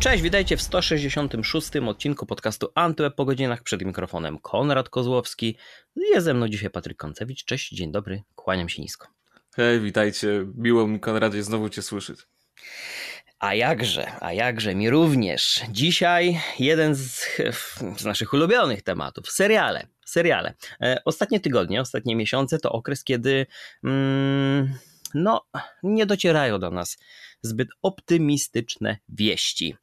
Cześć, witajcie w 166. odcinku podcastu Antyweb po godzinach. Przed mikrofonem Konrad Kozłowski. Jest ze mną dzisiaj Patryk Koncewicz. Cześć, dzień dobry, kłaniam się nisko. Hej, witajcie. Miło mi, Konradzie, znowu Cię słyszeć. A jakże, mi również. Dzisiaj jeden z naszych ulubionych tematów, seriale. Ostatnie tygodnie, ostatnie miesiące to okres, kiedy nie docierają do nas zbyt optymistyczne wieści.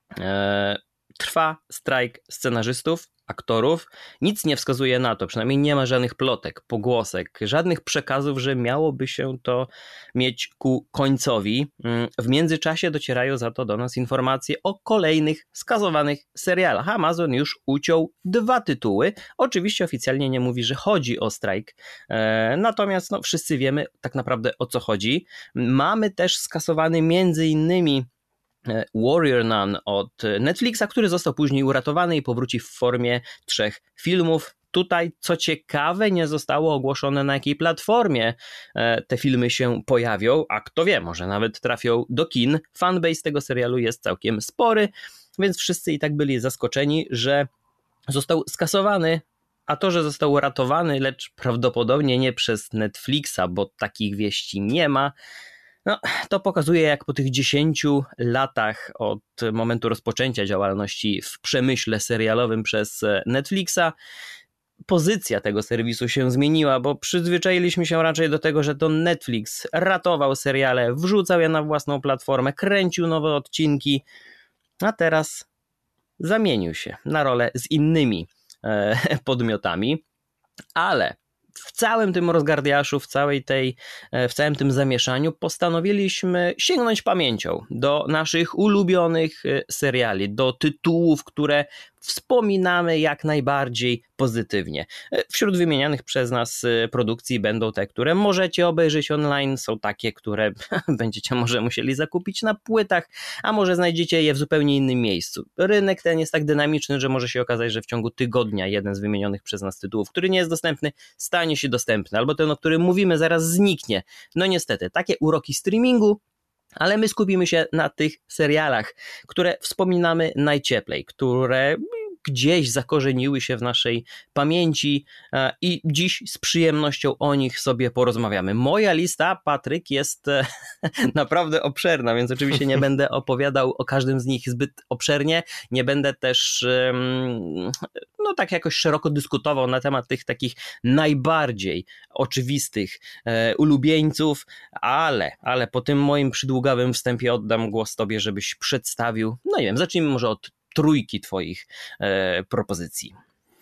Trwa strajk scenarzystów, aktorów. Nic nie wskazuje na to, przynajmniej nie ma żadnych plotek, pogłosek, żadnych przekazów, że miałoby się to mieć ku końcowi. W międzyczasie docierają za to do nas informacje o kolejnych skasowanych serialach. Amazon już uciął 2 tytuły. Oczywiście oficjalnie nie mówi, że chodzi o strajk, natomiast wszyscy wiemy tak naprawdę o co chodzi. Mamy też skasowany między innymi Warrior Nun od Netflixa, który został później uratowany i powróci w formie 3 filmów. Tutaj, co ciekawe, nie zostało ogłoszone, na jakiej platformie te filmy się pojawią, a kto wie, może nawet trafią do kin. Fanbase tego serialu jest całkiem spory, więc wszyscy i tak byli zaskoczeni, że został skasowany. A to, że został uratowany, lecz prawdopodobnie nie przez Netflixa, bo takich wieści nie ma, to pokazuje, jak po tych 10 latach od momentu rozpoczęcia działalności w przemyśle serialowym przez Netflixa pozycja tego serwisu się zmieniła, bo przyzwyczailiśmy się raczej do tego, że to Netflix ratował seriale, wrzucał je na własną platformę, kręcił nowe odcinki, a teraz zamienił się na rolę z innymi podmiotami, ale w całym tym rozgardiaszu, w całym tym zamieszaniu postanowiliśmy sięgnąć pamięcią do naszych ulubionych seriali, do tytułów, które wspominamy jak najbardziej pozytywnie. Wśród wymienianych przez nas produkcji będą te, które możecie obejrzeć online, są takie, które będziecie może musieli zakupić na płytach, a może znajdziecie je w zupełnie innym miejscu. Rynek ten jest tak dynamiczny, że może się okazać, że w ciągu tygodnia jeden z wymienionych przez nas tytułów, który nie jest dostępny, stanie się dostępny, albo ten, o którym mówimy, zaraz zniknie. No niestety, takie uroki streamingu, ale my skupimy się na tych serialach, które wspominamy najcieplej, które gdzieś zakorzeniły się w naszej pamięci i dziś z przyjemnością o nich sobie porozmawiamy. Moja lista, Patryk, jest naprawdę obszerna, więc oczywiście nie będę opowiadał o każdym z nich zbyt obszernie, nie będę też tak jakoś szeroko dyskutował na temat tych takich najbardziej oczywistych ulubieńców, ale po tym moim przydługawym wstępie oddam głos tobie, żebyś przedstawił, nie wiem, zacznijmy może od 3 twoich propozycji.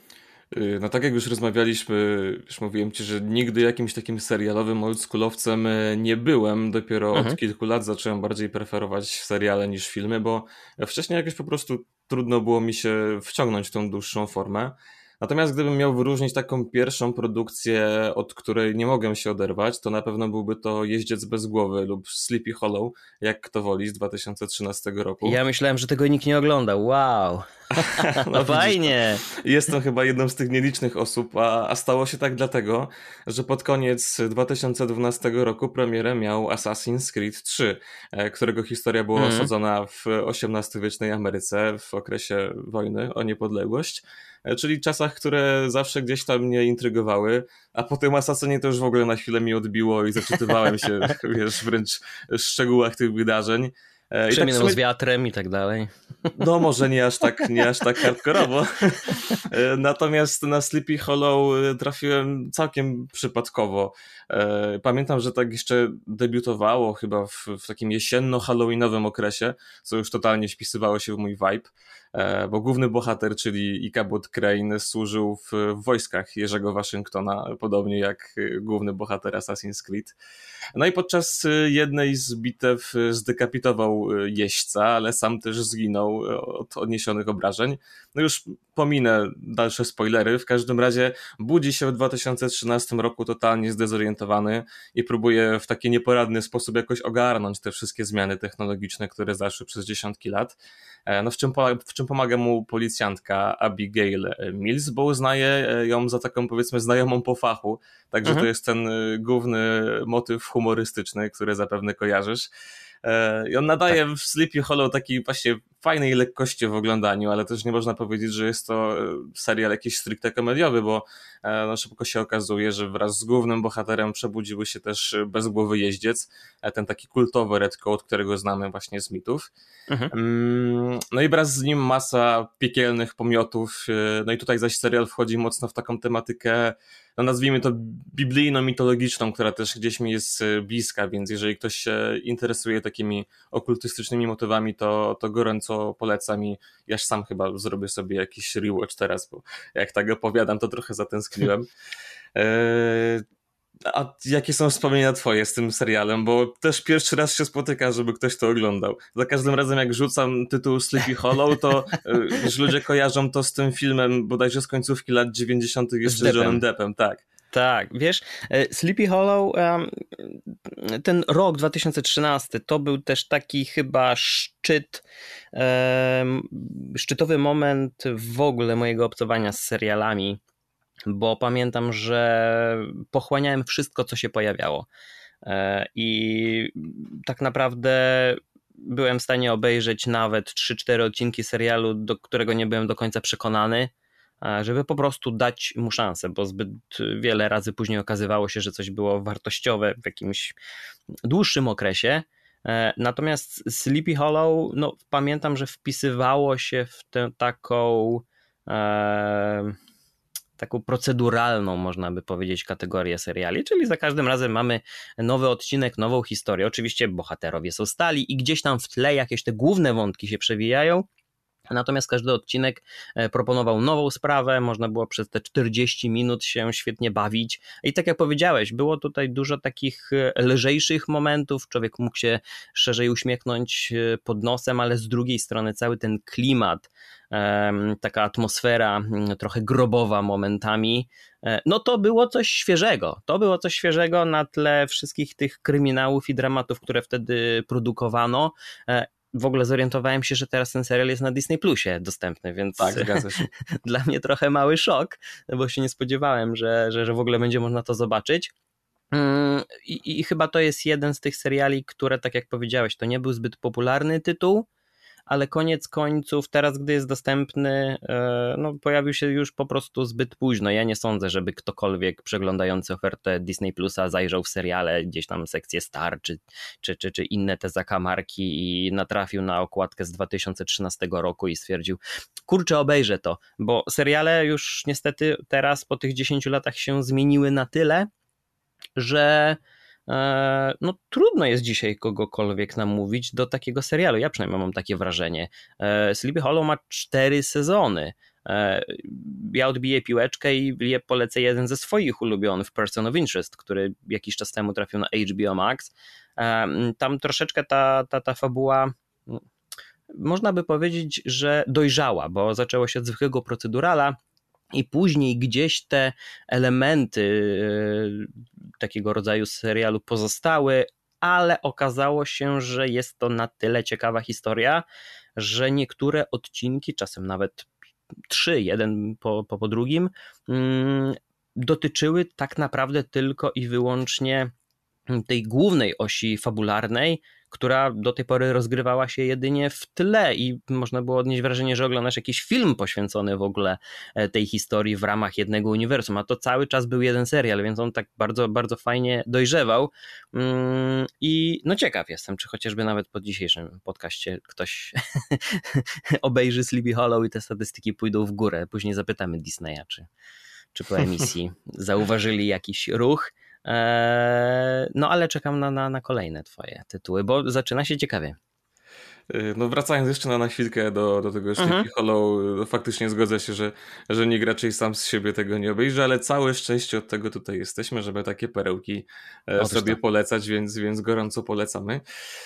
No tak jak już rozmawialiśmy, już mówiłem Ci, że nigdy jakimś takim serialowym oldschoolowcem nie byłem. Dopiero od kilku lat zacząłem bardziej preferować seriale niż filmy, bo wcześniej jakoś po prostu trudno było mi się wciągnąć w tą dłuższą formę. Natomiast gdybym miał wyróżnić taką pierwszą produkcję, od której nie mogę się oderwać, to na pewno byłby to Jeździec bez głowy lub Sleepy Hollow, jak kto woli, z 2013 roku. Ja myślałem, że tego nikt nie oglądał. Wow. No fajnie. Jestem chyba jedną z tych nielicznych osób, a stało się tak dlatego, że pod koniec 2012 roku premierę miał Assassin's Creed 3, którego historia była osadzona w XVIII-wiecznej Ameryce w okresie wojny o niepodległość, czyli czasach, które zawsze gdzieś tam mnie intrygowały, a po tym Assassinie to już w ogóle na chwilę mi odbiło i zaczytywałem się, wręcz w szczegółach tych wydarzeń. Przeminął z wiatrem i tak dalej. No może nie aż tak hardkorowo. Natomiast na Sleepy Hollow trafiłem całkiem przypadkowo. Pamiętam, że tak jeszcze debiutowało chyba w takim jesienno-halloweenowym okresie, co już totalnie wpisywało się w mój vibe, bo główny bohater, czyli Ichabod Crane, służył w wojskach Jerzego Waszyngtona, podobnie jak główny bohater Assassin's Creed. No i podczas jednej z bitew zdekapitował jeźdźca, ale sam też zginął od odniesionych obrażeń. No już pominę dalsze spoilery, w każdym razie budzi się w 2013 roku totalnie zdezorientowany i próbuje w taki nieporadny sposób jakoś ogarnąć te wszystkie zmiany technologiczne, które zaszły przez dziesiątki lat. No w czym pomaga mu policjantka Abigail Mills, bo uznaje ją za taką, powiedzmy, znajomą po fachu, także to jest ten główny motyw humorystyczny, który zapewne kojarzysz. I on nadaje w Sleepy Hollow takiej właśnie fajnej lekkości w oglądaniu, ale też nie można powiedzieć, że jest to serial jakiś stricte komediowy, bo no, szybko się okazuje, że wraz z głównym bohaterem przebudziły się też bezgłowy jeździec, ten taki kultowy Red Coat, którego znamy właśnie z mitów. No i wraz z nim masa piekielnych pomiotów, no i tutaj zaś serial wchodzi mocno w taką tematykę, no nazwijmy to biblijno-mitologiczną, która też gdzieś mi jest bliska, więc jeżeli ktoś się interesuje takimi okultystycznymi motywami, to gorąco polecam i ja sam chyba zrobię sobie jakiś rewatch teraz, bo jak tak opowiadam, to trochę zatęskniłem. A jakie są wspomnienia twoje z tym serialem? Bo też pierwszy raz się spotyka, żeby ktoś to oglądał. Za każdym razem jak rzucam tytuł Sleepy Hollow, to już ludzie kojarzą to z tym filmem bodajże z końcówki lat 90. jeszcze z Johnem Deppem, tak. Tak, wiesz, Sleepy Hollow, ten rok 2013 to był też taki chyba szczytowy moment w ogóle mojego obcowania z serialami, bo pamiętam, że pochłaniałem wszystko, co się pojawiało i tak naprawdę byłem w stanie obejrzeć nawet 3-4 odcinki serialu, do którego nie byłem do końca przekonany, żeby po prostu dać mu szansę, bo zbyt wiele razy później okazywało się, że coś było wartościowe w jakimś dłuższym okresie. Natomiast Sleepy Hollow, no pamiętam, że wpisywało się w tę taką proceduralną, można by powiedzieć, kategorię seriali, czyli za każdym razem mamy nowy odcinek, nową historię. Oczywiście bohaterowie są stali i gdzieś tam w tle jakieś te główne wątki się przewijają, natomiast każdy odcinek proponował nową sprawę, można było przez te 40 minut się świetnie bawić i tak jak powiedziałeś, było tutaj dużo takich lżejszych momentów, człowiek mógł się szerzej uśmiechnąć pod nosem, ale z drugiej strony cały ten klimat, taka atmosfera trochę grobowa momentami, no to było coś świeżego. To było coś świeżego na tle wszystkich tych kryminałów i dramatów, które wtedy produkowano. W ogóle zorientowałem się, że teraz ten serial jest na Disney Plusie dostępny, więc tak, zgadza się. Dla mnie trochę mały szok, bo się nie spodziewałem, że w ogóle będzie można to zobaczyć. I chyba to jest jeden z tych seriali, które, tak jak powiedziałeś, to nie był zbyt popularny tytuł, ale koniec końców teraz, gdy jest dostępny, no pojawił się już po prostu zbyt późno. Ja nie sądzę, żeby ktokolwiek przeglądający ofertę Disney Plusa zajrzał w seriale, gdzieś tam sekcję Star czy inne te zakamarki i natrafił na okładkę z 2013 roku i stwierdził, kurczę, obejrzę to, bo seriale już niestety teraz po tych 10 latach się zmieniły na tyle, że no trudno jest dzisiaj kogokolwiek namówić do takiego serialu. Ja przynajmniej mam takie wrażenie. Sleepy Hollow ma 4 sezony. Ja odbiję piłeczkę i polecę jeden ze swoich ulubionych, Person of Interest, który jakiś czas temu trafił na HBO Max. Tam troszeczkę ta fabuła, można by powiedzieć, że dojrzała, bo zaczęło się od zwykłego procedurala i później gdzieś te elementy takiego rodzaju serialu pozostały, ale okazało się, że jest to na tyle ciekawa historia, że niektóre odcinki, czasem nawet 3, jeden po drugim, dotyczyły tak naprawdę tylko i wyłącznie tej głównej osi fabularnej, która do tej pory rozgrywała się jedynie w tle i można było odnieść wrażenie, że oglądasz jakiś film poświęcony w ogóle tej historii w ramach jednego uniwersum, a to cały czas był jeden serial, więc on tak bardzo, bardzo fajnie dojrzewał i no ciekaw jestem, czy chociażby nawet po dzisiejszym podcaście ktoś obejrzy Sleepy Hollow i te statystyki pójdą w górę. Później zapytamy Disneya, czy po emisji zauważyli jakiś ruch. No ale czekam na kolejne twoje tytuły, bo zaczyna się ciekawie. No wracając jeszcze na chwilkę do tego Sleepy Hollow, faktycznie zgodzę się, że nikt raczej sam z siebie tego nie obejrzy, ale całe szczęście od tego tutaj jesteśmy, żeby takie perełki sobie polecać, więc gorąco polecamy.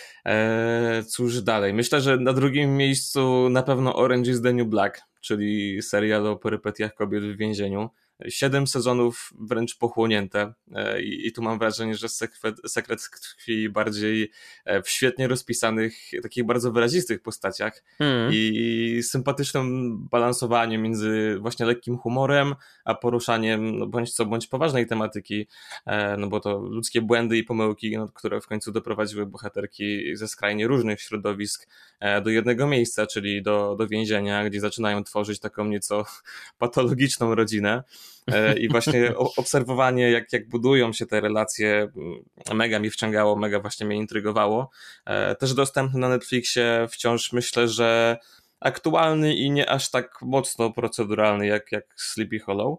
Cóż dalej? Myślę, że na drugim miejscu na pewno Orange is the New Black, czyli serial o perypetiach kobiet w więzieniu. 7 sezonów wręcz pochłonięte i tu mam wrażenie, że sekret tkwi bardziej w świetnie rozpisanych, takich bardzo wyrazistych postaciach i sympatycznym balansowaniu między właśnie lekkim humorem, a poruszaniem no bądź co bądź poważnej tematyki, no bo to ludzkie błędy i pomyłki, no, które w końcu doprowadziły bohaterki ze skrajnie różnych środowisk do jednego miejsca, czyli do więzienia, gdzie zaczynają tworzyć taką nieco patologiczną rodzinę. I właśnie obserwowanie, jak budują się te relacje, mega mi wciągało, mega właśnie mnie intrygowało. Też dostępny na Netflixie, wciąż myślę, że aktualny i nie aż tak mocno proceduralny jak Sleepy Hollow.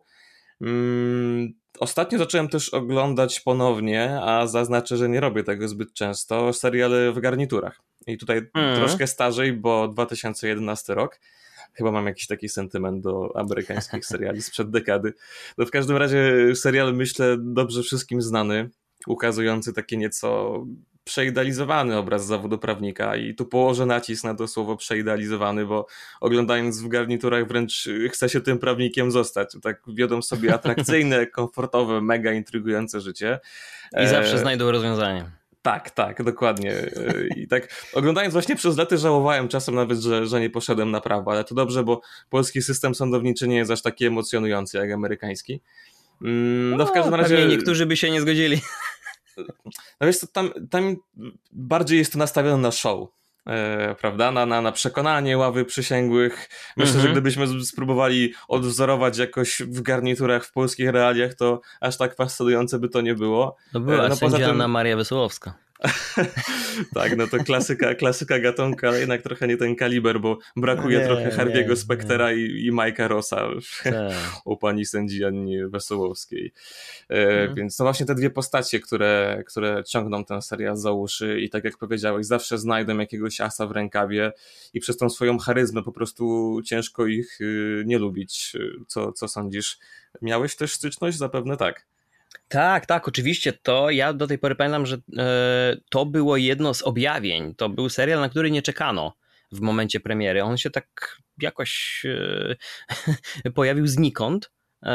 Ostatnio zacząłem też oglądać ponownie, a zaznaczę, że nie robię tego zbyt często, seriale w garniturach. I tutaj troszkę starzej, bo 2011 rok. Chyba mam jakiś taki sentyment do amerykańskich seriali sprzed dekady. No w każdym razie serial, myślę, dobrze wszystkim znany, ukazujący taki nieco przeidealizowany obraz zawodu prawnika i tu położę nacisk na to słowo przeidealizowany, bo oglądając w garniturach wręcz chce się tym prawnikiem zostać. Tak wiodą sobie atrakcyjne, komfortowe, mega intrygujące życie. I zawsze znajdą rozwiązanie. Tak, dokładnie. I tak oglądając właśnie przez lata żałowałem czasem nawet, że nie poszedłem na prawo, ale to dobrze, bo polski system sądowniczy nie jest aż taki emocjonujący jak amerykański. No w każdym razie... Pewnie niektórzy by się nie zgodzili. No wiesz co, tam bardziej jest to nastawione na show. Prawda? Na przekonanie ławy przysięgłych. Myślę, że gdybyśmy spróbowali odwzorować jakoś w garniturach w polskich realiach, to aż tak fascynujące by to nie było. To była no sędzia Anna Maria Wesołowska. Tak, no to klasyka gatunku, ale jednak trochę nie ten kaliber, bo brakuje trochę Harvey'ego Spectera i Mike'a Rossa u pani sędzi Annie Wesołowskiej. Więc no właśnie te dwie postacie, które ciągną ten serial za uszy i tak jak powiedziałeś, zawsze znajdą jakiegoś asa w rękawie i przez tą swoją charyzmę po prostu ciężko ich nie lubić. Co sądzisz? Miałeś też styczność? Zapewne tak. Tak, oczywiście. To ja do tej pory pamiętam, że to było jedno z objawień. To był serial, na który nie czekano w momencie premiery. On się tak jakoś pojawił znikąd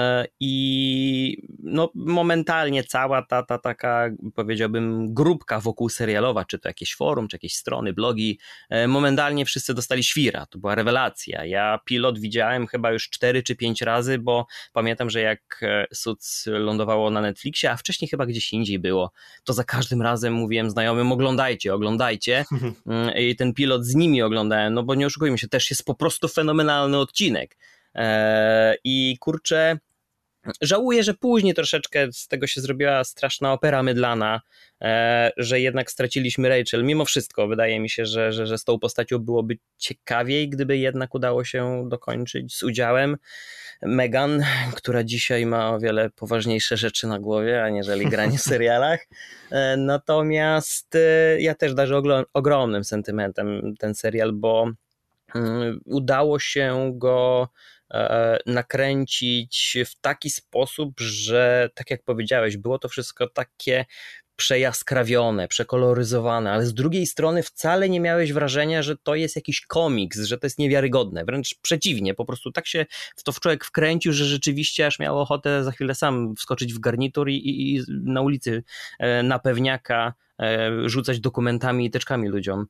i no momentalnie cała ta taka, powiedziałbym, grupka wokół serialowa, czy to jakieś forum, czy jakieś strony, blogi, momentalnie wszyscy dostali świra. To była rewelacja. Ja pilot widziałem chyba już 4 czy 5 razy, bo pamiętam, że jak Suits lądowało na Netflixie, a wcześniej chyba gdzieś indziej było, to za każdym razem mówiłem znajomym, oglądajcie i ten pilot z nimi oglądałem, no bo nie oszukujmy się, też jest po prostu fenomenalny odcinek. I kurczę, żałuję, że później troszeczkę z tego się zrobiła straszna opera mydlana, że jednak straciliśmy Rachel. Mimo wszystko wydaje mi się, że z tą postacią byłoby ciekawiej, gdyby jednak udało się dokończyć z udziałem Megan, która dzisiaj ma o wiele poważniejsze rzeczy na głowie, aniżeli granie w serialach. Natomiast ja też darzę ogromnym sentymentem ten serial, bo udało się go nakręcić w taki sposób, że tak jak powiedziałeś, było to wszystko takie przejaskrawione, przekoloryzowane, ale z drugiej strony wcale nie miałeś wrażenia, że to jest jakiś komiks, że to jest niewiarygodne, wręcz przeciwnie, po prostu tak się w to człowiek wkręcił, że rzeczywiście aż miał ochotę za chwilę sam wskoczyć w garnitur i na ulicy na pewniaka rzucać dokumentami i teczkami ludziom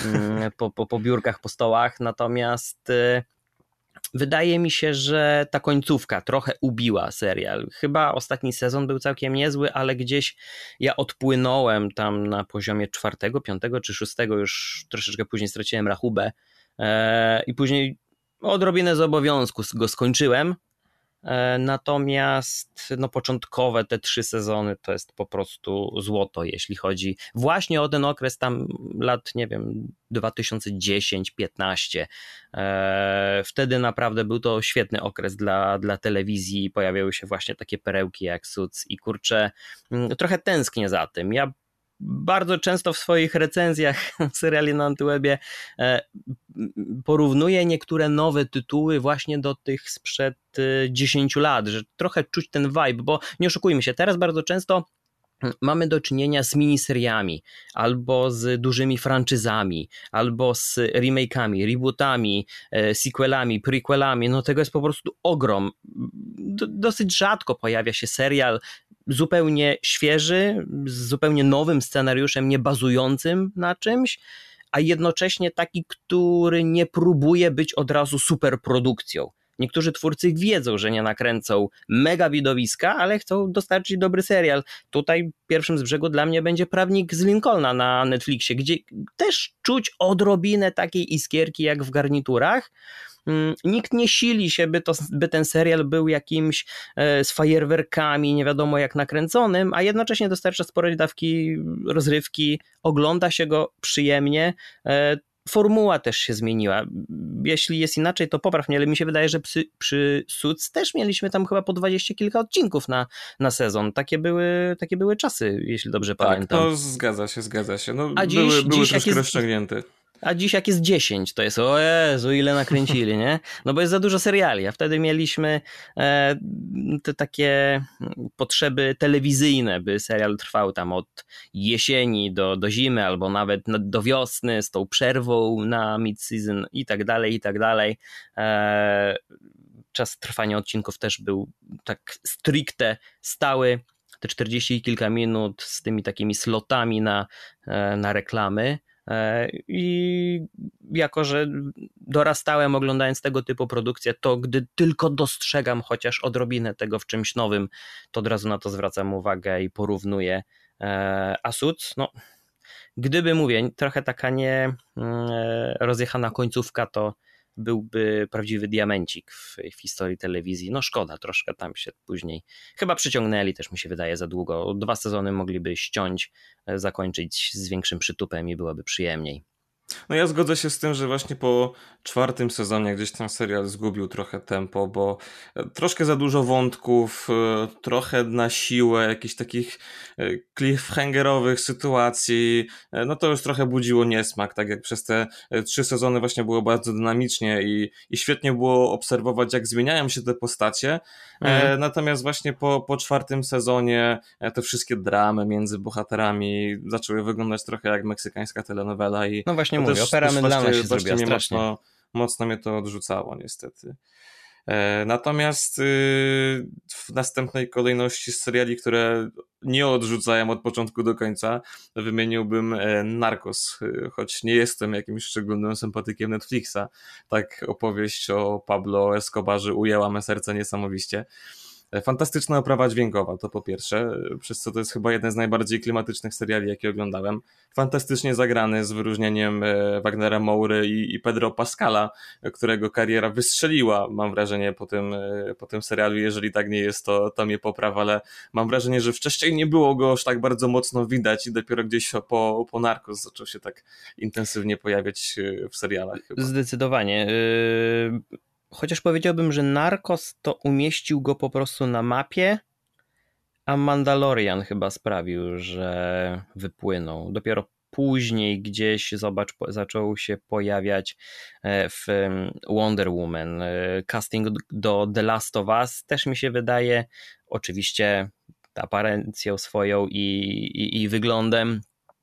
po biurkach, po stołach, natomiast wydaje mi się, że ta końcówka trochę ubiła serial. Chyba ostatni sezon był całkiem niezły, ale gdzieś ja odpłynąłem tam na poziomie 4., 5. czy 6, już troszeczkę później straciłem rachubę i później odrobinę z obowiązku go skończyłem. Natomiast no, początkowe te 3 sezony to jest po prostu złoto, jeśli chodzi właśnie o ten okres tam lat, nie wiem, 2010-15. Wtedy naprawdę był to świetny okres dla telewizji, pojawiały się właśnie takie perełki jak Suits i kurczę, trochę tęsknię za tym. Ja bardzo często w swoich recenzjach seriali na Antywebie porównuję niektóre nowe tytuły właśnie do tych sprzed 10 lat, że trochę czuć ten vibe, bo nie oszukujmy się, teraz bardzo często mamy do czynienia z miniseriami, albo z dużymi franczyzami, albo z remake'ami, rebootami, sequelami, prequelami, no tego jest po prostu ogrom. Dosyć rzadko pojawia się serial zupełnie świeży, z zupełnie nowym scenariuszem, nie bazującym na czymś, a jednocześnie taki, który nie próbuje być od razu superprodukcją. Niektórzy twórcy wiedzą, że nie nakręcą mega widowiska, ale chcą dostarczyć dobry serial. Tutaj pierwszym z brzegu dla mnie będzie Prawnik z Lincolna na Netflixie, gdzie też czuć odrobinę takiej iskierki jak w Garniturach. Nikt nie sili się, by ten serial był jakimś z fajerwerkami, nie wiadomo jak nakręconym, a jednocześnie dostarcza spore dawki rozrywki, ogląda się go przyjemnie. Formuła też się zmieniła. Jeśli jest inaczej, to popraw mnie, ale mi się wydaje, że przy Suits też mieliśmy tam chyba po 20 kilka odcinków na sezon. Takie były czasy, jeśli dobrze pamiętam. Tak, to zgadza się. No, A były troszkę rozciągnięte. A dziś jak jest 10, to jest o Jezu, ile nakręcili, nie? No bo jest za dużo seriali, a wtedy mieliśmy te takie potrzeby telewizyjne, by serial trwał tam od jesieni do zimy, albo nawet do wiosny z tą przerwą na mid-season i tak dalej, i tak dalej. Czas trwania odcinków też był tak stricte stały, te 40 i kilka minut z tymi takimi slotami na reklamy. I jako, że dorastałem oglądając tego typu produkcje, to gdy tylko dostrzegam chociaż odrobinę tego w czymś nowym, to od razu na to zwracam uwagę i porównuję. A Suits, no gdyby, mówię, trochę taka nie rozjechana końcówka, to byłby prawdziwy diamencik w historii telewizji. No szkoda, troszkę tam się później chyba przyciągnęli, też mi się wydaje za długo. 2 sezony mogliby ściąć, zakończyć z większym przytupem i byłoby przyjemniej. No ja zgodzę się z tym, że właśnie po 4. sezonie gdzieś ten serial zgubił trochę tempo, bo troszkę za dużo wątków, trochę na siłę jakichś takich cliffhangerowych sytuacji, no to już trochę budziło niesmak, tak jak przez te 3 sezony właśnie było bardzo dynamicznie i świetnie było obserwować, jak zmieniają się te postacie, natomiast właśnie po 4. sezonie te wszystkie dramy między bohaterami zaczęły wyglądać trochę jak meksykańska telenowela i no właśnie mówię, Opera Mydlana się zrobiła strasznie. Mocno mnie to odrzucało niestety. Natomiast w następnej kolejności z seriali, które nie odrzucają od początku do końca, wymieniłbym Narcos, choć nie jestem jakimś szczególnym sympatykiem Netflixa. Tak opowieść o Pablo Escobarze ujęła me serce niesamowicie. Fantastyczna oprawa dźwiękowa, to po pierwsze, przez co to jest chyba jeden z najbardziej klimatycznych seriali, jakie oglądałem. Fantastycznie zagrany, z wyróżnieniem Wagnera Moura i Pedro Pascala, którego kariera wystrzeliła, mam wrażenie, po tym serialu. Jeżeli tak nie jest, to mnie popraw, ale mam wrażenie, że wcześniej nie było go aż tak bardzo mocno widać i dopiero gdzieś po Narcos zaczął się tak intensywnie pojawiać w serialach. Chyba. Zdecydowanie. Chociaż powiedziałbym, że Narcos to umieścił go po prostu na mapie, a Mandalorian chyba sprawił, że wypłynął. Dopiero później gdzieś, zaczął się pojawiać w Wonder Woman. Casting do The Last of Us też mi się wydaje, oczywiście aparencją swoją i wyglądem.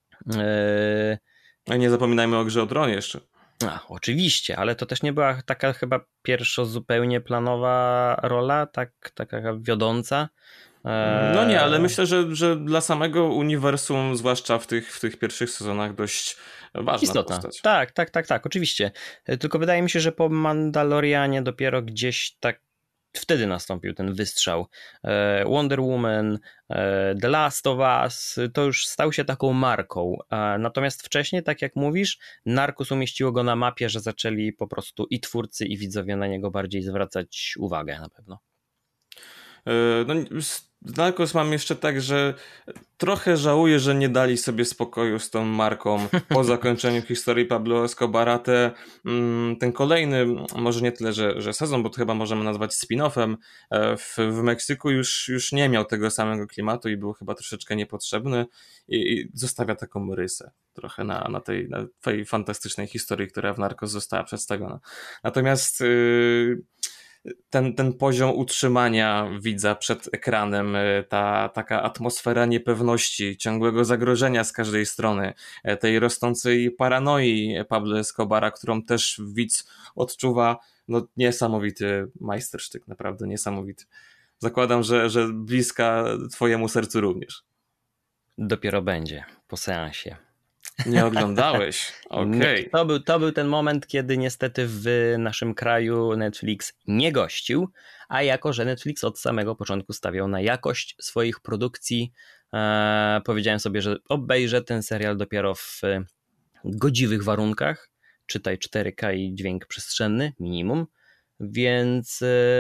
A nie zapominajmy o Grze o Tron jeszcze. Oczywiście, ale to też nie była taka chyba zupełnie planowa rola, taka wiodąca. No nie, ale myślę, że dla samego uniwersum, zwłaszcza w tych pierwszych sezonach, dość ważna istotna postać. Tak, oczywiście. Tylko wydaje mi się, że po Mandalorianie dopiero gdzieś tak wtedy nastąpił ten wystrzał. Wonder Woman, The Last of Us, to już stał się taką marką. Natomiast wcześniej, tak jak mówisz, Narcos umieściło go na mapie, że zaczęli po prostu i twórcy, i widzowie na niego bardziej zwracać uwagę na pewno. No, z Narcos mam jeszcze tak, że trochę żałuję, że nie dali sobie spokoju z tą marką po zakończeniu historii Pablo Escobara. Ten kolejny, może nie tyle, że sezon, bo to chyba możemy nazwać spin-offem, w Meksyku już nie miał tego samego klimatu i był chyba troszeczkę niepotrzebny i zostawia taką rysę trochę na tej fantastycznej historii, która w Narcos została przedstawiona. Natomiast ten poziom utrzymania widza przed ekranem, ta taka atmosfera niepewności, ciągłego zagrożenia z każdej strony, tej rosnącej paranoi Pablo Escobara, którą też widz odczuwa, no niesamowity majstersztyk, naprawdę niesamowity. Zakładam, że bliska twojemu sercu również. Dopiero będzie po seansie. Nie oglądałeś? Okej. To był ten moment, kiedy niestety w naszym kraju Netflix nie gościł, a jako, że Netflix od samego początku stawiał na jakość swoich produkcji, powiedziałem sobie, że obejrzę ten serial dopiero w godziwych warunkach, czytaj 4K i dźwięk przestrzenny minimum, więc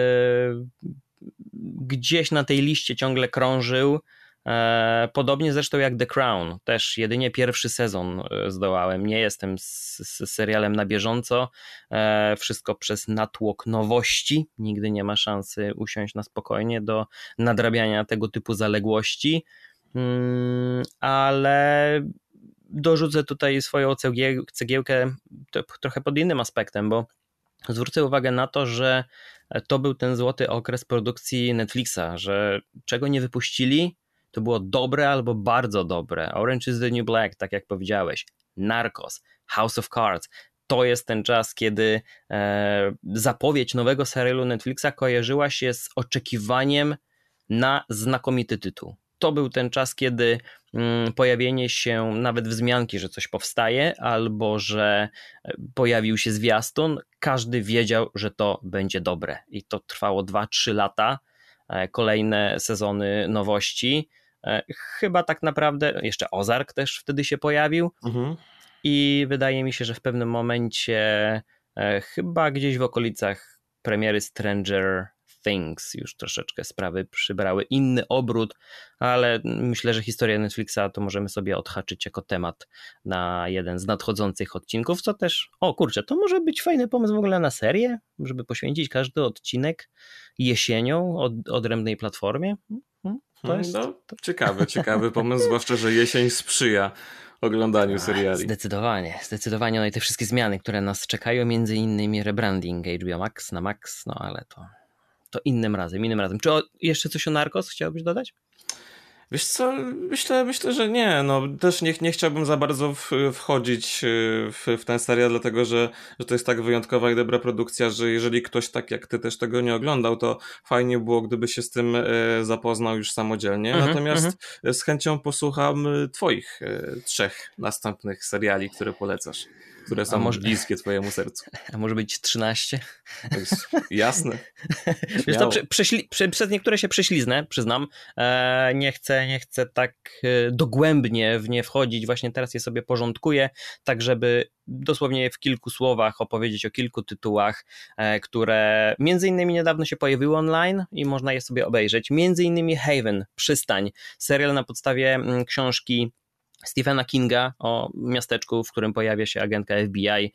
gdzieś na tej liście ciągle krążył. Podobnie zresztą jak The Crown, też jedynie pierwszy sezon zdołałem, nie jestem z serialem na bieżąco, wszystko przez natłok nowości, nigdy nie ma szansy usiąść na spokojnie do nadrabiania tego typu zaległości, ale dorzucę tutaj swoją cegiełkę trochę pod innym aspektem, bo zwrócę uwagę na to, że to był ten złoty okres produkcji Netflixa, że czego nie wypuścili, to było dobre albo bardzo dobre. Orange is the New Black, tak jak powiedziałeś, Narcos, House of Cards. To jest ten czas, kiedy zapowiedź nowego serialu Netflixa kojarzyła się z oczekiwaniem na znakomity tytuł. To był ten czas, kiedy pojawienie się nawet wzmianki, że coś powstaje, albo że pojawił się zwiastun, każdy wiedział, że to będzie dobre. I to trwało 2-3 lata, kolejne sezony nowości. Chyba tak naprawdę, jeszcze Ozark też wtedy się pojawił i wydaje mi się, że w pewnym momencie chyba gdzieś w okolicach premiery Stranger Things już troszeczkę sprawy przybrały inny obrót, ale myślę, że historia Netflixa to możemy sobie odhaczyć jako temat na jeden z nadchodzących odcinków, co też, to może być fajny pomysł w ogóle na serię, żeby poświęcić każdy odcinek jesienią odrębnej platformie. To jest ciekawy pomysł, zwłaszcza, że jesień sprzyja oglądaniu seriali. Zdecydowanie. No i te wszystkie zmiany, które nas czekają, między innymi rebranding HBO Max na Max, no ale to innym razem. Czy jeszcze coś o Narcos chciałbyś dodać? Wiesz co, myślę, że nie. No, też nie chciałbym za bardzo wchodzić w ten serial, dlatego że to jest tak wyjątkowa i dobra produkcja, że jeżeli ktoś tak jak ty też tego nie oglądał, to fajnie było, gdyby się z tym zapoznał już samodzielnie. Natomiast z chęcią posłucham twoich 3 następnych seriali, które polecasz, które są bliskie twojemu sercu. A może być 13? Jasne. Wiesz to, przez niektóre się prześliznę, przyznam. Nie chcę tak dogłębnie w nie wchodzić. Właśnie teraz je sobie porządkuję, tak żeby dosłownie w kilku słowach opowiedzieć o kilku tytułach, które między innymi niedawno się pojawiły online i można je sobie obejrzeć. Między innymi Haven, Przystań, serial na podstawie książki Stephena Kinga o miasteczku, w którym pojawia się agentka FBI,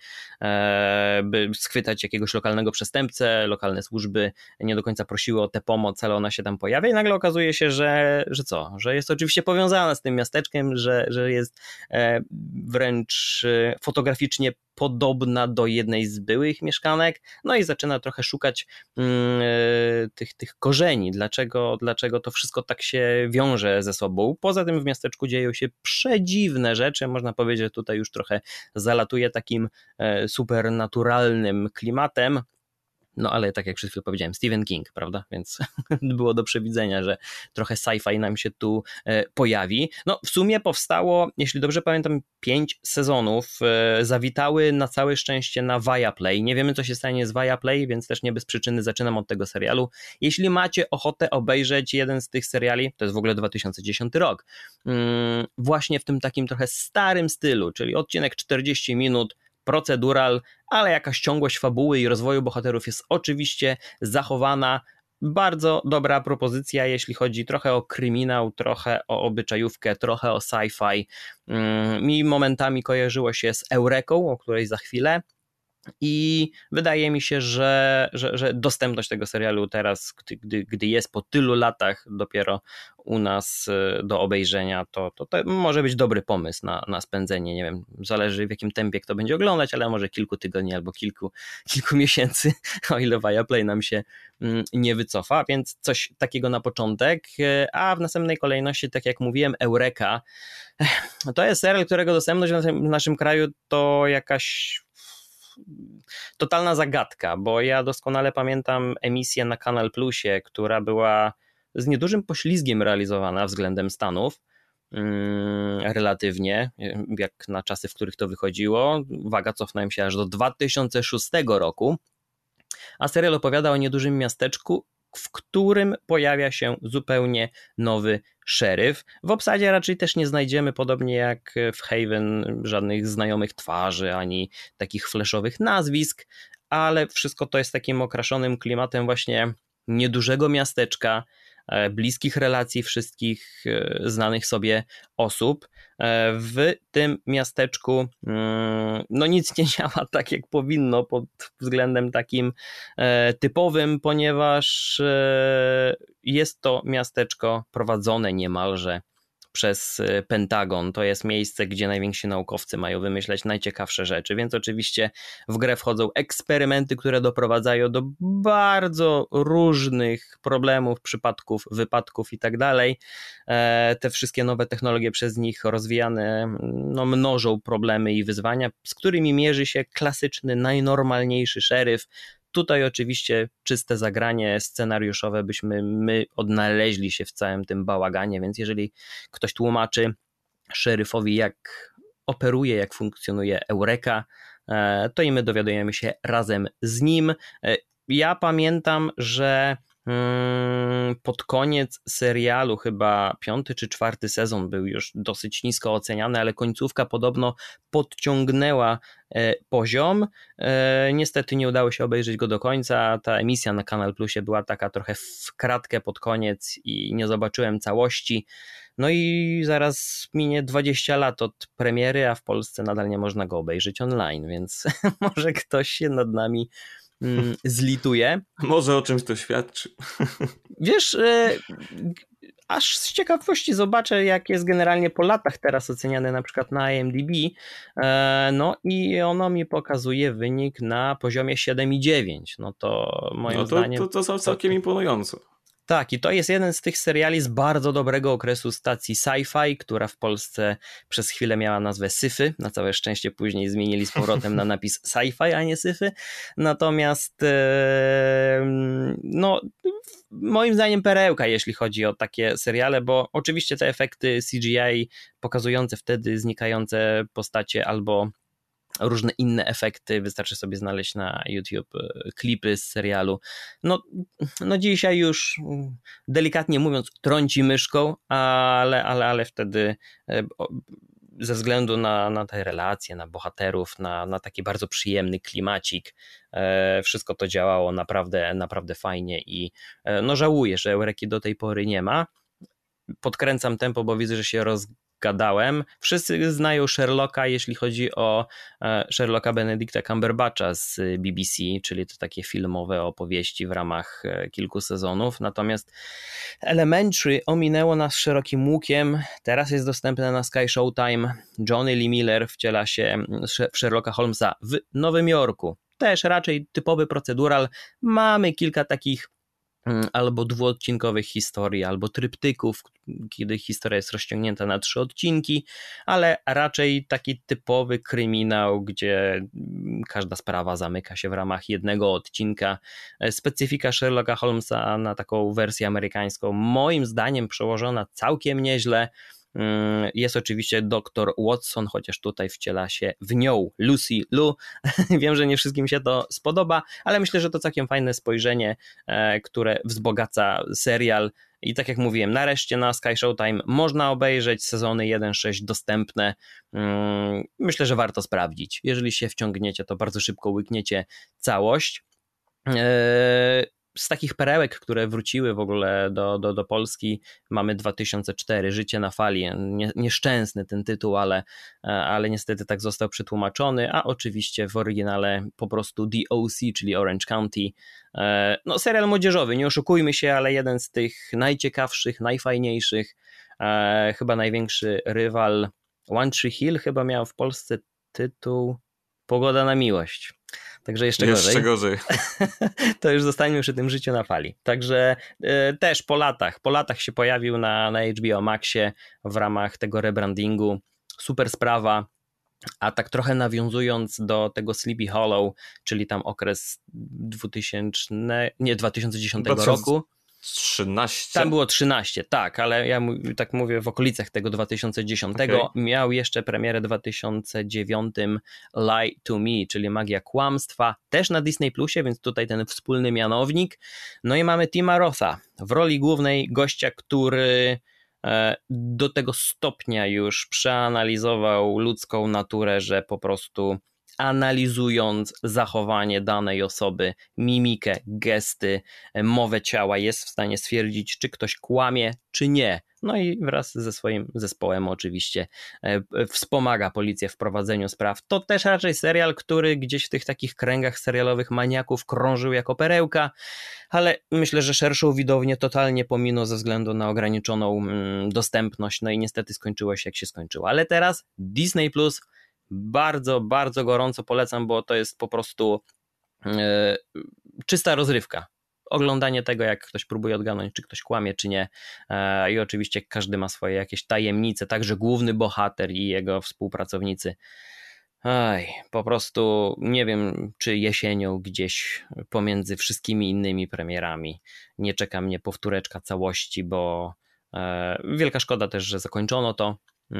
by schwytać jakiegoś lokalnego przestępcę. Lokalne służby nie do końca prosiły o tę pomoc, ale ona się tam pojawia i nagle okazuje się, że jest oczywiście powiązana z tym miasteczkiem, że jest wręcz fotograficznie podobna do jednej z byłych mieszkanek, no i zaczyna trochę szukać tych korzeni, dlaczego to wszystko tak się wiąże ze sobą. Poza tym w miasteczku dzieją się przedziwne rzeczy, można powiedzieć, że tutaj już trochę zalatuje takim supernaturalnym klimatem. No ale tak jak przed chwilą powiedziałem, Stephen King, prawda? Więc było do przewidzenia, że trochę sci-fi nam się tu pojawi. No w sumie powstało, jeśli dobrze pamiętam, 5 sezonów. Zawitały na całe szczęście na Viaplay. Nie wiemy, co się stanie z Viaplay, więc też nie bez przyczyny zaczynam od tego serialu. Jeśli macie ochotę obejrzeć jeden z tych seriali, to jest w ogóle 2010 rok, właśnie w tym takim trochę starym stylu, czyli odcinek 40 minut, procedural, ale jakaś ciągłość fabuły i rozwoju bohaterów jest oczywiście zachowana. Bardzo dobra propozycja, jeśli chodzi trochę o kryminał, trochę o obyczajówkę, trochę o sci-fi. Mi momentami kojarzyło się z Eureką, o której za chwilę. I wydaje mi się, że dostępność tego serialu teraz, gdy jest po tylu latach dopiero u nas do obejrzenia, to może być dobry pomysł na spędzenie. Nie wiem, zależy w jakim tempie kto będzie oglądać, ale może kilku tygodni albo kilku miesięcy, o ile Viaplay nam się nie wycofa, więc coś takiego na początek. A w następnej kolejności, tak jak mówiłem, Eureka. To jest serial, którego dostępność w naszym kraju to jakaś totalna zagadka, bo ja doskonale pamiętam emisję na Kanal Plusie, która była z niedużym poślizgiem realizowana względem Stanów, relatywnie, jak na czasy, w których to wychodziło. Uwaga, cofnąłem się aż do 2006 roku, a serial opowiada o niedużym miasteczku, w którym pojawia się zupełnie nowy szeryf. W obsadzie raczej też nie znajdziemy, podobnie jak w Haven, żadnych znajomych twarzy, ani takich flashowych nazwisk, ale wszystko to jest takim okraszonym klimatem właśnie niedużego miasteczka, bliskich relacji wszystkich znanych sobie osób. W tym miasteczku no nic nie działa tak jak powinno pod względem takim typowym, ponieważ jest to miasteczko prowadzone niemalże przez Pentagon. To jest miejsce, gdzie najwięksi naukowcy mają wymyślać najciekawsze rzeczy, więc oczywiście w grę wchodzą eksperymenty, które doprowadzają do bardzo różnych problemów, przypadków, wypadków i tak dalej. Te wszystkie nowe technologie przez nich rozwijane no, mnożą problemy i wyzwania, z którymi mierzy się klasyczny, najnormalniejszy szeryf. Tutaj oczywiście czyste zagranie scenariuszowe, byśmy my odnaleźli się w całym tym bałaganie, więc jeżeli ktoś tłumaczy szeryfowi, jak operuje, jak funkcjonuje Eureka, to i my dowiadujemy się razem z nim. Ja pamiętam, że pod koniec serialu, chyba 5. czy 4. sezon był już dosyć nisko oceniany, ale końcówka podobno podciągnęła poziom. Niestety nie udało się obejrzeć go do końca. Ta emisja na Kanal Plusie była taka trochę w kratkę pod koniec i nie zobaczyłem całości. No i zaraz minie 20 lat od premiery, a w Polsce nadal nie można go obejrzeć online, więc może ktoś się nad nami zlituje. Może o czymś to świadczy. Wiesz, aż z ciekawości zobaczę, jak jest generalnie po latach teraz oceniane na przykład na IMDb. No i ono mi pokazuje wynik na poziomie 7,9. No to moim zdaniem... To są całkiem imponujące. Tak, i to jest jeden z tych seriali z bardzo dobrego okresu stacji Sci-Fi, która w Polsce przez chwilę miała nazwę Syfy. Na całe szczęście później zmienili z powrotem na napis Sci-Fi, a nie Syfy. Natomiast no, moim zdaniem perełka, jeśli chodzi o takie seriale, bo oczywiście te efekty CGI pokazujące wtedy znikające postacie albo różne inne efekty, wystarczy sobie znaleźć na YouTube klipy z serialu. No dzisiaj już delikatnie mówiąc trąci myszką, ale wtedy ze względu na te relacje, na bohaterów, na taki bardzo przyjemny klimacik, wszystko to działało naprawdę fajnie i no żałuję, że Eureki do tej pory nie ma. Podkręcam tempo, bo widzę, że się rozgadałem. Wszyscy znają Sherlocka, jeśli chodzi o Sherlocka Benedicta Cumberbatcha z BBC, czyli to takie filmowe opowieści w ramach kilku sezonów. Natomiast Elementary ominęło nas szerokim łukiem. Teraz jest dostępne na Sky Showtime. Johnny Lee Miller wciela się w Sherlocka Holmesa w Nowym Jorku. Też raczej typowy procedural. Mamy kilka takich albo dwuodcinkowych historii, albo tryptyków, kiedy historia jest rozciągnięta na 3 odcinki, ale raczej taki typowy kryminał, gdzie każda sprawa zamyka się w ramach jednego odcinka. Specyfika Sherlocka Holmesa na taką wersję amerykańską moim zdaniem przełożona całkiem nieźle. Jest oczywiście dr Watson, chociaż tutaj wciela się w nią Lucy Liu. Wiem, że nie wszystkim się to spodoba, ale myślę, że to całkiem fajne spojrzenie, które wzbogaca serial. I tak jak mówiłem, nareszcie na Sky Showtime można obejrzeć sezony 1-6 dostępne. Myślę, że warto sprawdzić. Jeżeli się wciągniecie, to bardzo szybko łykniecie całość. z takich perełek, które wróciły w ogóle do Polski, mamy 2004, Życie na fali. Nieszczęsny ten tytuł, ale niestety tak został przetłumaczony, a oczywiście w oryginale po prostu The OC, czyli Orange County. No, serial młodzieżowy, nie oszukujmy się, ale jeden z tych najciekawszych, najfajniejszych, chyba największy rywal. One Tree Hill chyba miał w Polsce tytuł Pogoda na miłość. Także jeszcze gorzej. To już zostańmy przy tym Życiu na fali. Także też po latach się pojawił na HBO Maxie w ramach tego rebrandingu. Super sprawa. A tak trochę nawiązując do tego Sleepy Hollow, czyli tam okres 2010 roku. 13. Tam było 13, tak, ale ja tak mówię w okolicach tego 2010. Okay. Miał jeszcze premierę 2009 Lie to Me, czyli Magia Kłamstwa, też na Disney Plusie, więc tutaj ten wspólny mianownik. No i mamy Tima Rotha w roli głównej, gościa, który do tego stopnia już przeanalizował ludzką naturę, że po prostu analizując zachowanie danej osoby, mimikę, gesty, mowę ciała, jest w stanie stwierdzić, czy ktoś kłamie, czy nie. No i wraz ze swoim zespołem oczywiście wspomaga policję w prowadzeniu spraw. To też raczej serial, który gdzieś w tych takich kręgach serialowych maniaków krążył jako perełka, ale myślę, że szerszą widownię totalnie pominął ze względu na ograniczoną dostępność, no i niestety skończyło się jak się skończyło. Ale teraz Disney Plus bardzo, bardzo gorąco polecam, bo to jest po prostu czysta rozrywka. Oglądanie tego, jak ktoś próbuje odgadnąć, czy ktoś kłamie, czy nie. I oczywiście każdy ma swoje jakieś tajemnice, także główny bohater i jego współpracownicy. Po prostu nie wiem, czy jesienią gdzieś pomiędzy wszystkimi innymi premierami nie czeka mnie powtóreczka całości, bo wielka szkoda też, że zakończono to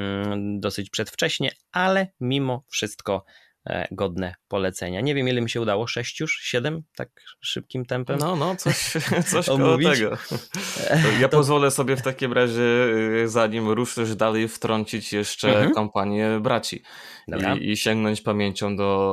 dosyć przedwcześnie, ale mimo wszystko godne polecenia. Nie wiem, ile mi się udało, 6 już? 7? Tak szybkim tempem? No, coś koło tego. Ja pozwolę sobie w takim razie, zanim ruszysz dalej, wtrącić jeszcze Kompanię Braci i sięgnąć pamięcią do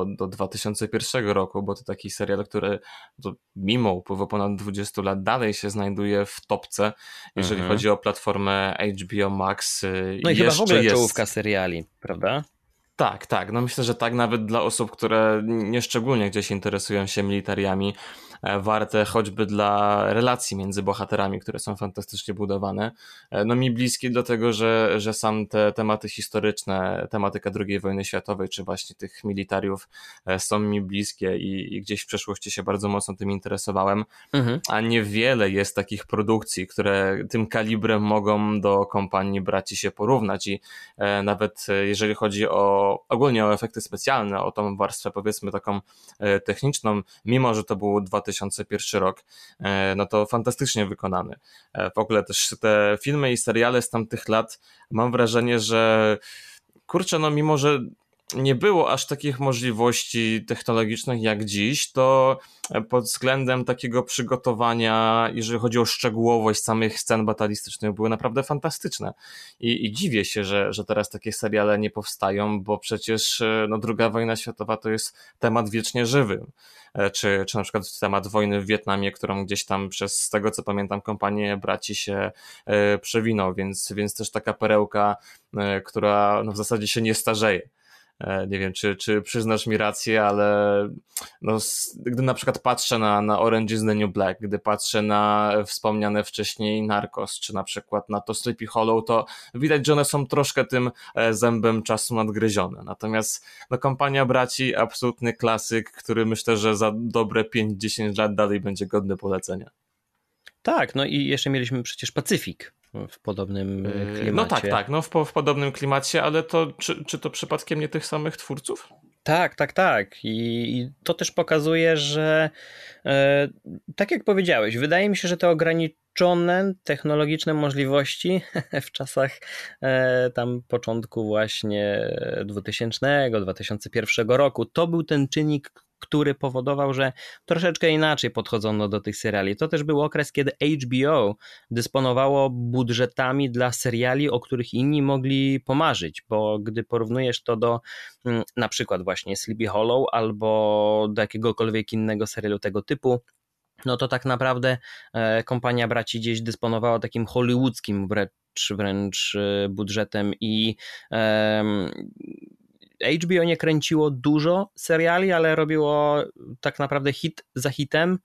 2001 roku, bo to taki serial, który mimo upływu ponad 20 lat dalej się znajduje w topce, jeżeli chodzi o platformę HBO Max. No i chyba w ogóle czołówka seriali, prawda? Tak. No myślę, że tak nawet dla osób, które nieszczególnie gdzieś interesują się militariami, warte choćby dla relacji między bohaterami, które są fantastycznie budowane. No mi bliskie dlatego, że sam te tematy historyczne, tematyka II wojny światowej, czy właśnie tych militariów są mi bliskie i gdzieś w przeszłości się bardzo mocno tym interesowałem, a niewiele jest takich produkcji, które tym kalibrem mogą do Kompanii Braci się porównać i nawet jeżeli chodzi ogólnie o efekty specjalne, o tą warstwę powiedzmy taką techniczną, mimo że to był 2001 rok, no to fantastycznie wykonany. W ogóle też te filmy i seriale z tamtych lat, mam wrażenie, że kurczę, no mimo że nie było aż takich możliwości technologicznych jak dziś, to pod względem takiego przygotowania, jeżeli chodzi o szczegółowość samych scen batalistycznych, były naprawdę fantastyczne. I dziwię się, że teraz takie seriale nie powstają, bo przecież no, II wojna światowa to jest temat wiecznie żywy. Czy na przykład temat wojny w Wietnamie, którą gdzieś tam z tego co pamiętam Kompanię Braci się przewinął, więc też taka perełka, która no, w zasadzie się nie starzeje. Nie wiem, czy przyznasz mi rację, ale no, gdy na przykład patrzę na Orange is the New Black, gdy patrzę na wspomniane wcześniej Narcos, czy na przykład na to Sleepy Hollow, to widać, że one są troszkę tym zębem czasu nadgryzione. Natomiast no, Kompania Braci, absolutny klasyk, który myślę, że za dobre 5-10 lat dalej będzie godny polecenia. Tak, no i jeszcze mieliśmy przecież Pacyfik w podobnym klimacie. No tak, no w podobnym klimacie, ale to czy to przypadkiem nie tych samych twórców? Tak. I to też pokazuje, że tak jak powiedziałeś, wydaje mi się, że te ograniczone technologiczne możliwości w czasach tam początku właśnie 2000-2001 roku, to był ten czynnik, który powodował, że troszeczkę inaczej podchodzono do tych seriali. To też był okres, kiedy HBO dysponowało budżetami dla seriali, o których inni mogli pomarzyć, bo gdy porównujesz to do na przykład właśnie Sleepy Hollow albo do jakiegokolwiek innego serialu tego typu, no to tak naprawdę kompania braci gdzieś dysponowała takim hollywoodzkim wręcz budżetem i HBO nie kręciło dużo seriali, ale robiło tak naprawdę hit za hitem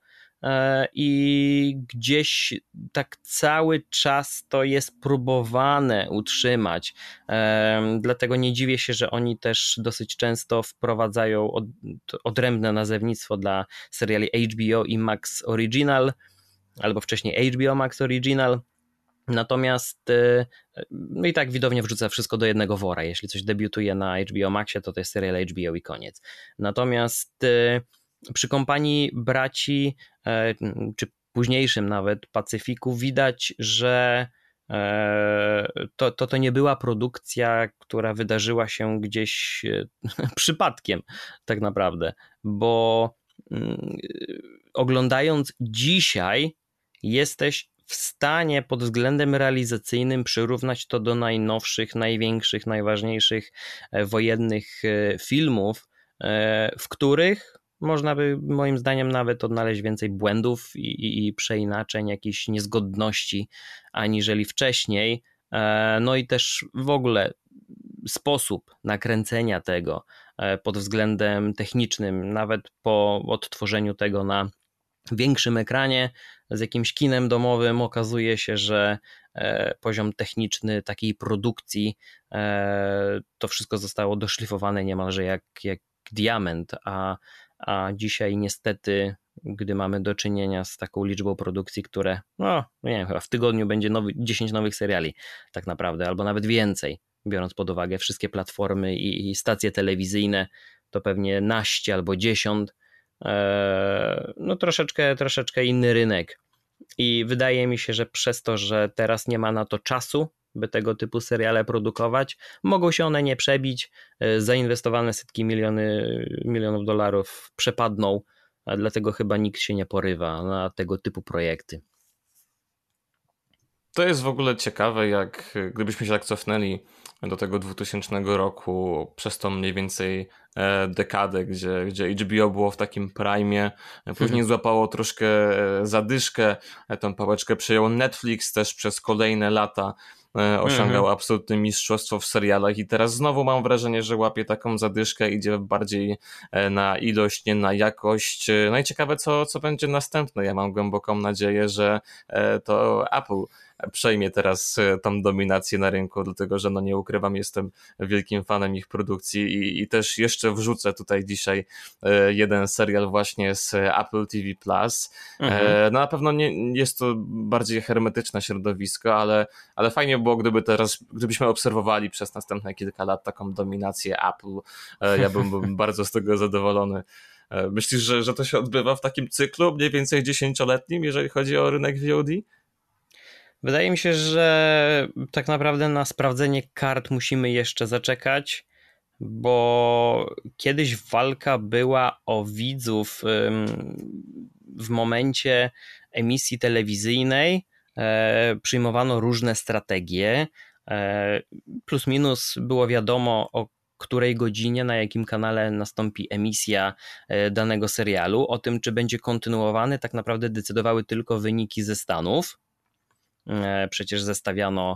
i gdzieś tak cały czas to jest próbowane utrzymać. Dlatego nie dziwię się, że oni też dosyć często wprowadzają odrębne nazewnictwo dla seriali HBO i Max Original, albo wcześniej HBO Max Original. Natomiast no i tak widownia wrzuca wszystko do jednego wora. Jeśli coś debiutuje na HBO Maxie, to jest serial HBO i koniec. Natomiast przy kompanii braci, czy późniejszym nawet Pacyfiku, widać, że to nie była produkcja, która wydarzyła się gdzieś przypadkiem tak naprawdę, bo oglądając dzisiaj jesteś w stanie pod względem realizacyjnym przyrównać to do najnowszych, największych, najważniejszych wojennych filmów, w których można by moim zdaniem nawet odnaleźć więcej błędów i przeinaczeń, jakichś niezgodności aniżeli wcześniej. No i też w ogóle sposób nakręcenia tego pod względem technicznym, nawet po odtworzeniu tego na większym ekranie z jakimś kinem domowym, okazuje się, że poziom techniczny takiej produkcji, to wszystko zostało doszlifowane niemalże jak diament, a dzisiaj niestety, gdy mamy do czynienia z taką liczbą produkcji, które, no nie wiem, chyba w tygodniu będzie 10 nowych seriali tak naprawdę, albo nawet więcej, biorąc pod uwagę wszystkie platformy i stacje telewizyjne, to pewnie naście albo 10, no troszeczkę inny rynek. I wydaje mi się, że przez to, że teraz nie ma na to czasu, by tego typu seriale produkować, mogą się one nie przebić, zainwestowane setki milionów dolarów przepadną, a dlatego chyba nikt się nie porywa na tego typu projekty. To jest w ogóle ciekawe, jak gdybyśmy się tak cofnęli do tego 2000 roku, przez tą mniej więcej dekadę, gdzie HBO było w takim prime, później złapało troszkę zadyszkę, tą pałeczkę przejął Netflix też przez kolejne lata, osiągał absolutne mistrzostwo w serialach i teraz znowu mam wrażenie, że łapie taką zadyszkę, idzie bardziej na ilość, nie na jakość. No i ciekawe, co będzie następne. Ja mam głęboką nadzieję, że to Apple przejmie teraz tą dominację na rynku, dlatego że no nie ukrywam, jestem wielkim fanem ich produkcji i też jeszcze wrzucę tutaj dzisiaj jeden serial właśnie z Apple TV+. No na pewno nie jest to bardziej hermetyczne środowisko, ale fajnie było, gdybyśmy obserwowali przez następne kilka lat taką dominację Apple. Ja bym bardzo z tego zadowolony. Myślisz, że to się odbywa w takim cyklu mniej więcej 10-letnim, jeżeli chodzi o rynek VOD? Wydaje mi się, że tak naprawdę na sprawdzenie kart musimy jeszcze zaczekać, bo kiedyś walka była o widzów w momencie emisji telewizyjnej, przyjmowano różne strategie, plus minus było wiadomo o której godzinie, na jakim kanale nastąpi emisja danego serialu. O tym, czy będzie kontynuowany, tak naprawdę decydowały tylko wyniki ze Stanów. Przecież zestawiano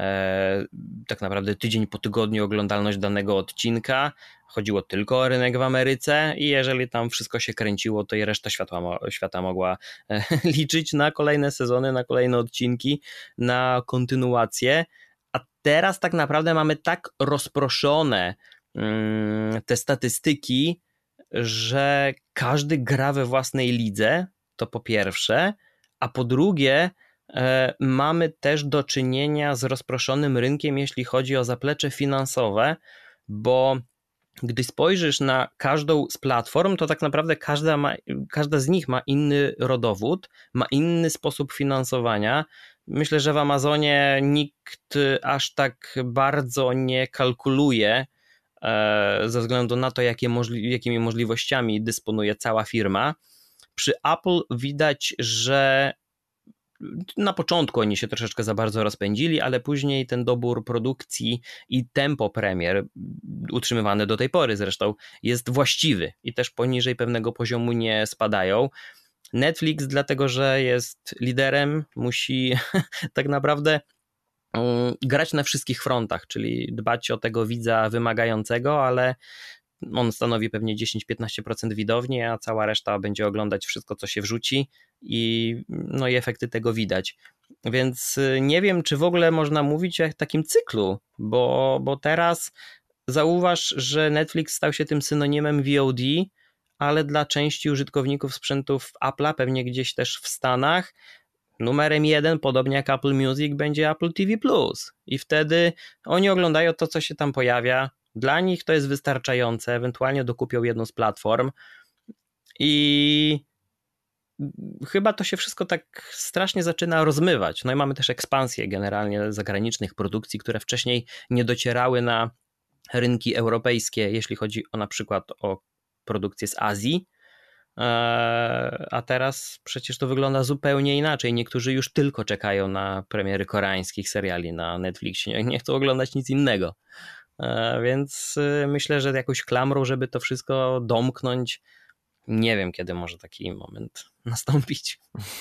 tak naprawdę tydzień po tygodniu oglądalność danego odcinka. Chodziło tylko o rynek w Ameryce i jeżeli tam wszystko się kręciło, to i reszta świata mogła liczyć na kolejne sezony, na kolejne odcinki, na kontynuację. A teraz tak naprawdę mamy tak rozproszone te statystyki, że każdy gra we własnej lidze, to po pierwsze, a po drugie mamy też do czynienia z rozproszonym rynkiem, jeśli chodzi o zaplecze finansowe, bo gdy spojrzysz na każdą z platform, to tak naprawdę każda z nich ma inny rodowód, ma inny sposób finansowania. Myślę, że w Amazonie nikt aż tak bardzo nie kalkuluje ze względu na to, jakimi możliwościami dysponuje cała firma. Przy Apple widać, że na początku oni się troszeczkę za bardzo rozpędzili, ale później ten dobór produkcji i tempo premier, utrzymywane do tej pory zresztą, jest właściwy i też poniżej pewnego poziomu nie spadają. Netflix, dlatego że jest liderem, musi tak naprawdę grać na wszystkich frontach, czyli dbać o tego widza wymagającego, ale on stanowi pewnie 10-15% widowni, a cała reszta będzie oglądać wszystko, co się wrzuci i efekty tego widać. Więc nie wiem, czy w ogóle można mówić o takim cyklu, bo teraz zauważ, że Netflix stał się tym synonimem VOD, ale dla części użytkowników sprzętów Apple'a, pewnie gdzieś też w Stanach, numerem 1, podobnie jak Apple Music, będzie Apple TV+. I wtedy oni oglądają to, co się tam pojawia. Dla nich to jest wystarczające, ewentualnie dokupią jedną z platform i chyba to się wszystko tak strasznie zaczyna rozmywać. No i mamy też ekspansję generalnie zagranicznych produkcji, które wcześniej nie docierały na rynki europejskie, jeśli chodzi na przykład o produkcję z Azji, a teraz przecież to wygląda zupełnie inaczej. Niektórzy już tylko czekają na premiery koreańskich seriali na Netflixie, nie chcą oglądać nic innego. Więc myślę, że jakąś klamrą, żeby to wszystko domknąć, nie wiem, kiedy może taki moment nastąpić.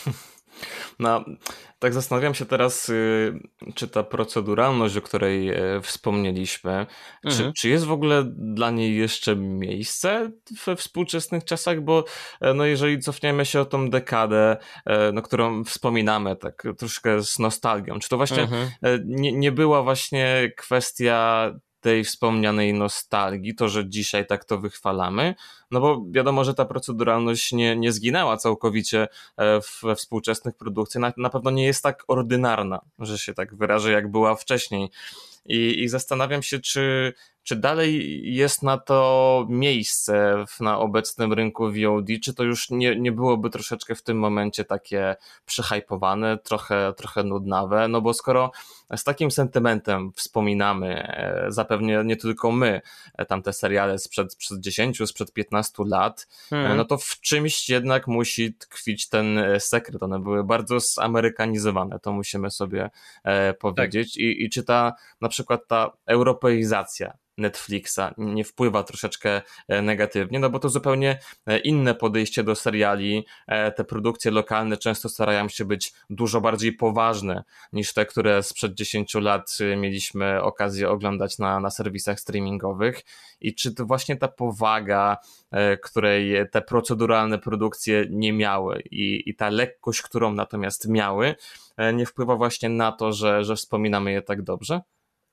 No, tak zastanawiam się teraz, czy ta proceduralność, o której wspomnieliśmy, czy jest w ogóle dla niej jeszcze miejsce we współczesnych czasach, bo no jeżeli cofniemy się o tą dekadę, no, którą wspominamy tak troszkę z nostalgią, czy to właśnie nie była właśnie kwestia tej wspomnianej nostalgii, to, że dzisiaj tak to wychwalamy, no bo wiadomo, że ta proceduralność nie zginęła całkowicie we współczesnych produkcjach, na pewno nie jest tak ordynarna, że się tak wyrażę, jak była wcześniej. I zastanawiam się, czy dalej jest na to miejsce na obecnym rynku VOD, czy to już nie byłoby troszeczkę w tym momencie takie przyhypowane, trochę nudnawe, no bo skoro z takim sentymentem wspominamy, zapewne nie tylko my, tamte seriale sprzed 10, sprzed 15 lat, no to w czymś jednak musi tkwić ten sekret. One były bardzo zamerykanizowane, to musimy sobie powiedzieć. Tak. I czy na przykład ta europeizacja Netflixa nie wpływa troszeczkę negatywnie, no bo to zupełnie inne podejście do seriali. Te produkcje lokalne często starają się być dużo bardziej poważne niż te, które sprzed 10 lat mieliśmy okazję oglądać na serwisach streamingowych. I czy to właśnie ta powaga, której te proceduralne produkcje nie miały i ta lekkość, którą natomiast miały, nie wpływa właśnie na to, że wspominamy je tak dobrze?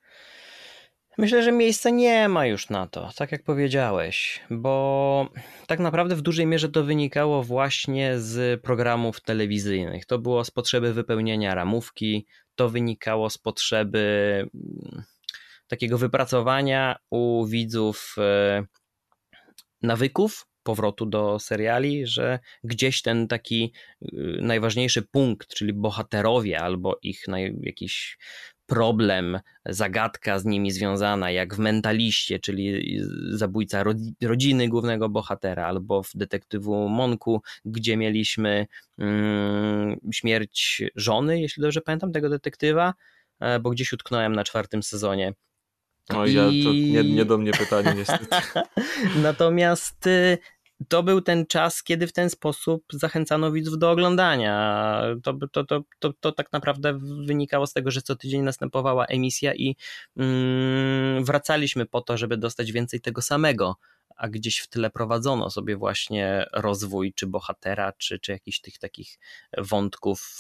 Myślę, że miejsca nie ma już na to, tak jak powiedziałeś, bo tak naprawdę w dużej mierze to wynikało właśnie z programów telewizyjnych. To było z potrzeby wypełnienia ramówki, to wynikało z potrzeby takiego wypracowania u widzów nawyków, powrotu do seriali, że gdzieś ten taki najważniejszy punkt, czyli bohaterowie albo ich jakiś problem, zagadka z nimi związana, jak w Mentaliście, czyli zabójca rodziny głównego bohatera, albo w Detektywu Monku, gdzie mieliśmy śmierć żony, jeśli dobrze pamiętam, tego detektywa, bo gdzieś utknąłem na 4. sezonie. Oj, to nie do mnie pytanie niestety. Natomiast to był ten czas, kiedy w ten sposób zachęcano widzów do oglądania. To tak naprawdę wynikało z tego, że co tydzień następowała emisja i wracaliśmy po to, żeby dostać więcej tego samego, a gdzieś w tyle prowadzono sobie właśnie rozwój czy bohatera, czy jakichś tych takich wątków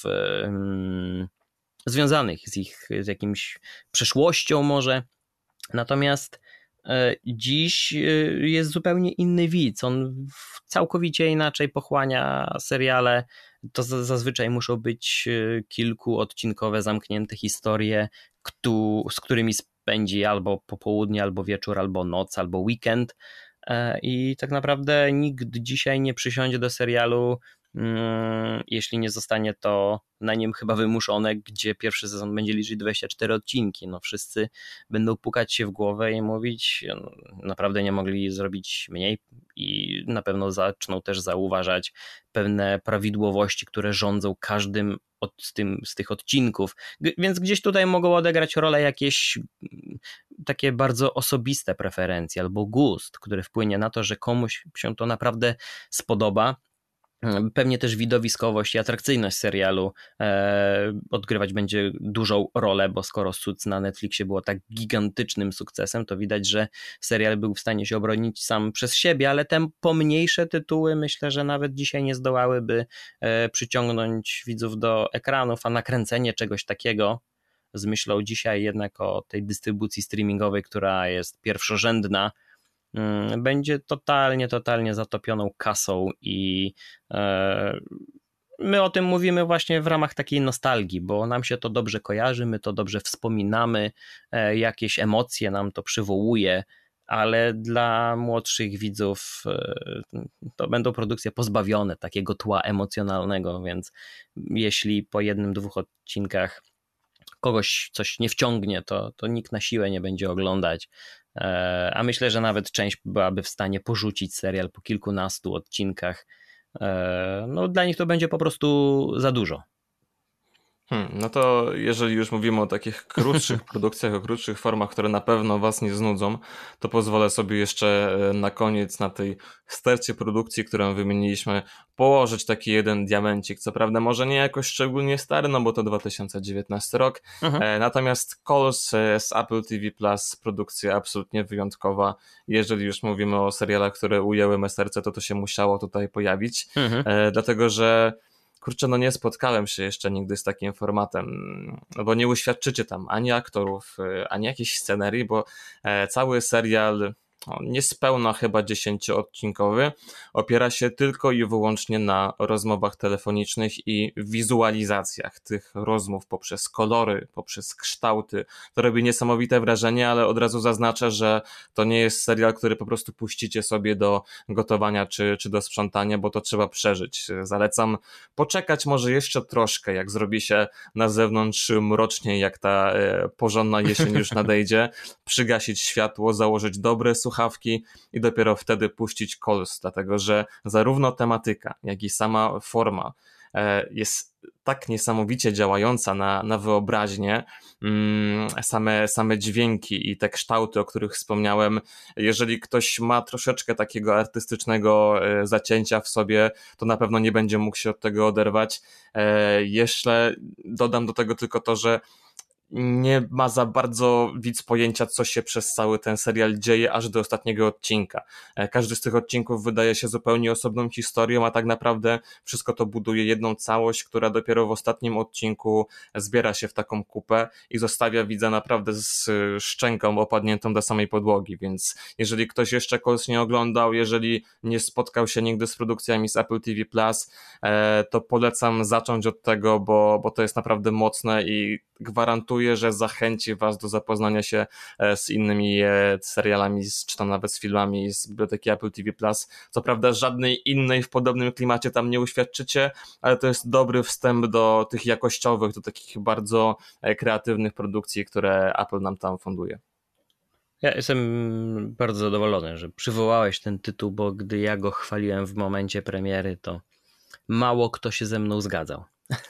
związanych z jakimś przeszłością może. Natomiast dziś jest zupełnie inny widz, on całkowicie inaczej pochłania seriale, to zazwyczaj muszą być kilkuodcinkowe, zamknięte historie, z którymi spędzi albo popołudnie, albo wieczór, albo noc, albo weekend i tak naprawdę nikt dzisiaj nie przysiądzie do serialu, jeśli nie zostanie to na nim chyba wymuszone, gdzie pierwszy sezon będzie liczyć 24 odcinki. No wszyscy będą pukać się w głowę i mówić, naprawdę nie mogli zrobić mniej i na pewno zaczną też zauważać pewne prawidłowości, które rządzą każdym z tych odcinków. Więc gdzieś tutaj mogą odegrać rolę jakieś takie bardzo osobiste preferencje albo gust, który wpłynie na to, że komuś się to naprawdę spodoba. Pewnie też widowiskowość i atrakcyjność serialu odgrywać będzie dużą rolę, bo skoro Suits na Netflixie było tak gigantycznym sukcesem, to widać, że serial był w stanie się obronić sam przez siebie, ale te pomniejsze tytuły myślę, że nawet dzisiaj nie zdołałyby przyciągnąć widzów do ekranów, a nakręcenie czegoś takiego z myślą dzisiaj jednak o tej dystrybucji streamingowej, która jest pierwszorzędna, będzie totalnie zatopioną kasą i my o tym mówimy właśnie w ramach takiej nostalgii, bo nam się to dobrze kojarzy, my to dobrze wspominamy, jakieś emocje nam to przywołuje, ale dla młodszych widzów to będą produkcje pozbawione takiego tła emocjonalnego, więc jeśli po jednym, dwóch odcinkach kogoś coś nie wciągnie, to nikt na siłę nie będzie oglądać, a myślę, że nawet część byłaby w stanie porzucić serial po kilkunastu odcinkach. No dla nich to będzie po prostu za dużo. No to jeżeli już mówimy o takich krótszych produkcjach, o krótszych formach, które na pewno was nie znudzą, to pozwolę sobie jeszcze na koniec na tej stercie produkcji, którą wymieniliśmy, położyć taki jeden diamencik. Co prawda może nie jakoś szczególnie stary, no bo to 2019 rok, natomiast Calls z Apple TV Plus, produkcja absolutnie wyjątkowa. Jeżeli już mówimy o serialach, które ujęły me serce, to się musiało tutaj pojawić, dlatego że kurczę, no nie spotkałem się jeszcze nigdy z takim formatem, no bo nie uświadczycie tam ani aktorów, ani jakiejś scenerii, bo cały serial, niespełna chyba 10-odcinkowy, opiera się tylko i wyłącznie na rozmowach telefonicznych i wizualizacjach tych rozmów poprzez kolory, poprzez kształty. To robi niesamowite wrażenie, ale od razu zaznaczę, że to nie jest serial, który po prostu puścicie sobie do gotowania czy do sprzątania, bo to trzeba przeżyć. Zalecam poczekać może jeszcze troszkę, jak zrobi się na zewnątrz mrocznie, jak ta porządna jesień już nadejdzie, przygasić światło, założyć dobre słuchawki i dopiero wtedy puścić Calls, dlatego że zarówno tematyka, jak i sama forma jest tak niesamowicie działająca na wyobraźnię, same dźwięki i te kształty, o których wspomniałem. Jeżeli ktoś ma troszeczkę takiego artystycznego zacięcia w sobie, to na pewno nie będzie mógł się od tego oderwać. Jeszcze dodam do tego tylko to, że nie ma za bardzo widz pojęcia, co się przez cały ten serial dzieje aż do ostatniego odcinka. Każdy z tych odcinków wydaje się zupełnie osobną historią, a tak naprawdę wszystko to buduje jedną całość, która dopiero w ostatnim odcinku zbiera się w taką kupę i zostawia widza naprawdę z szczęką opadniętą do samej podłogi, więc jeżeli ktoś jeszcze Calls nie oglądał, jeżeli nie spotkał się nigdy z produkcjami z Apple TV+, to polecam zacząć od tego, bo to jest naprawdę mocne i gwarantuję, że zachęci was do zapoznania się z innymi serialami, czy tam nawet z filmami z biblioteki Apple TV+. Co prawda żadnej innej w podobnym klimacie tam nie uświadczycie, ale to jest dobry wstęp do tych jakościowych, do takich bardzo kreatywnych produkcji, które Apple nam tam funduje. Ja jestem bardzo zadowolony, że przywołałeś ten tytuł, bo gdy ja go chwaliłem w momencie premiery, to mało kto się ze mną zgadzał.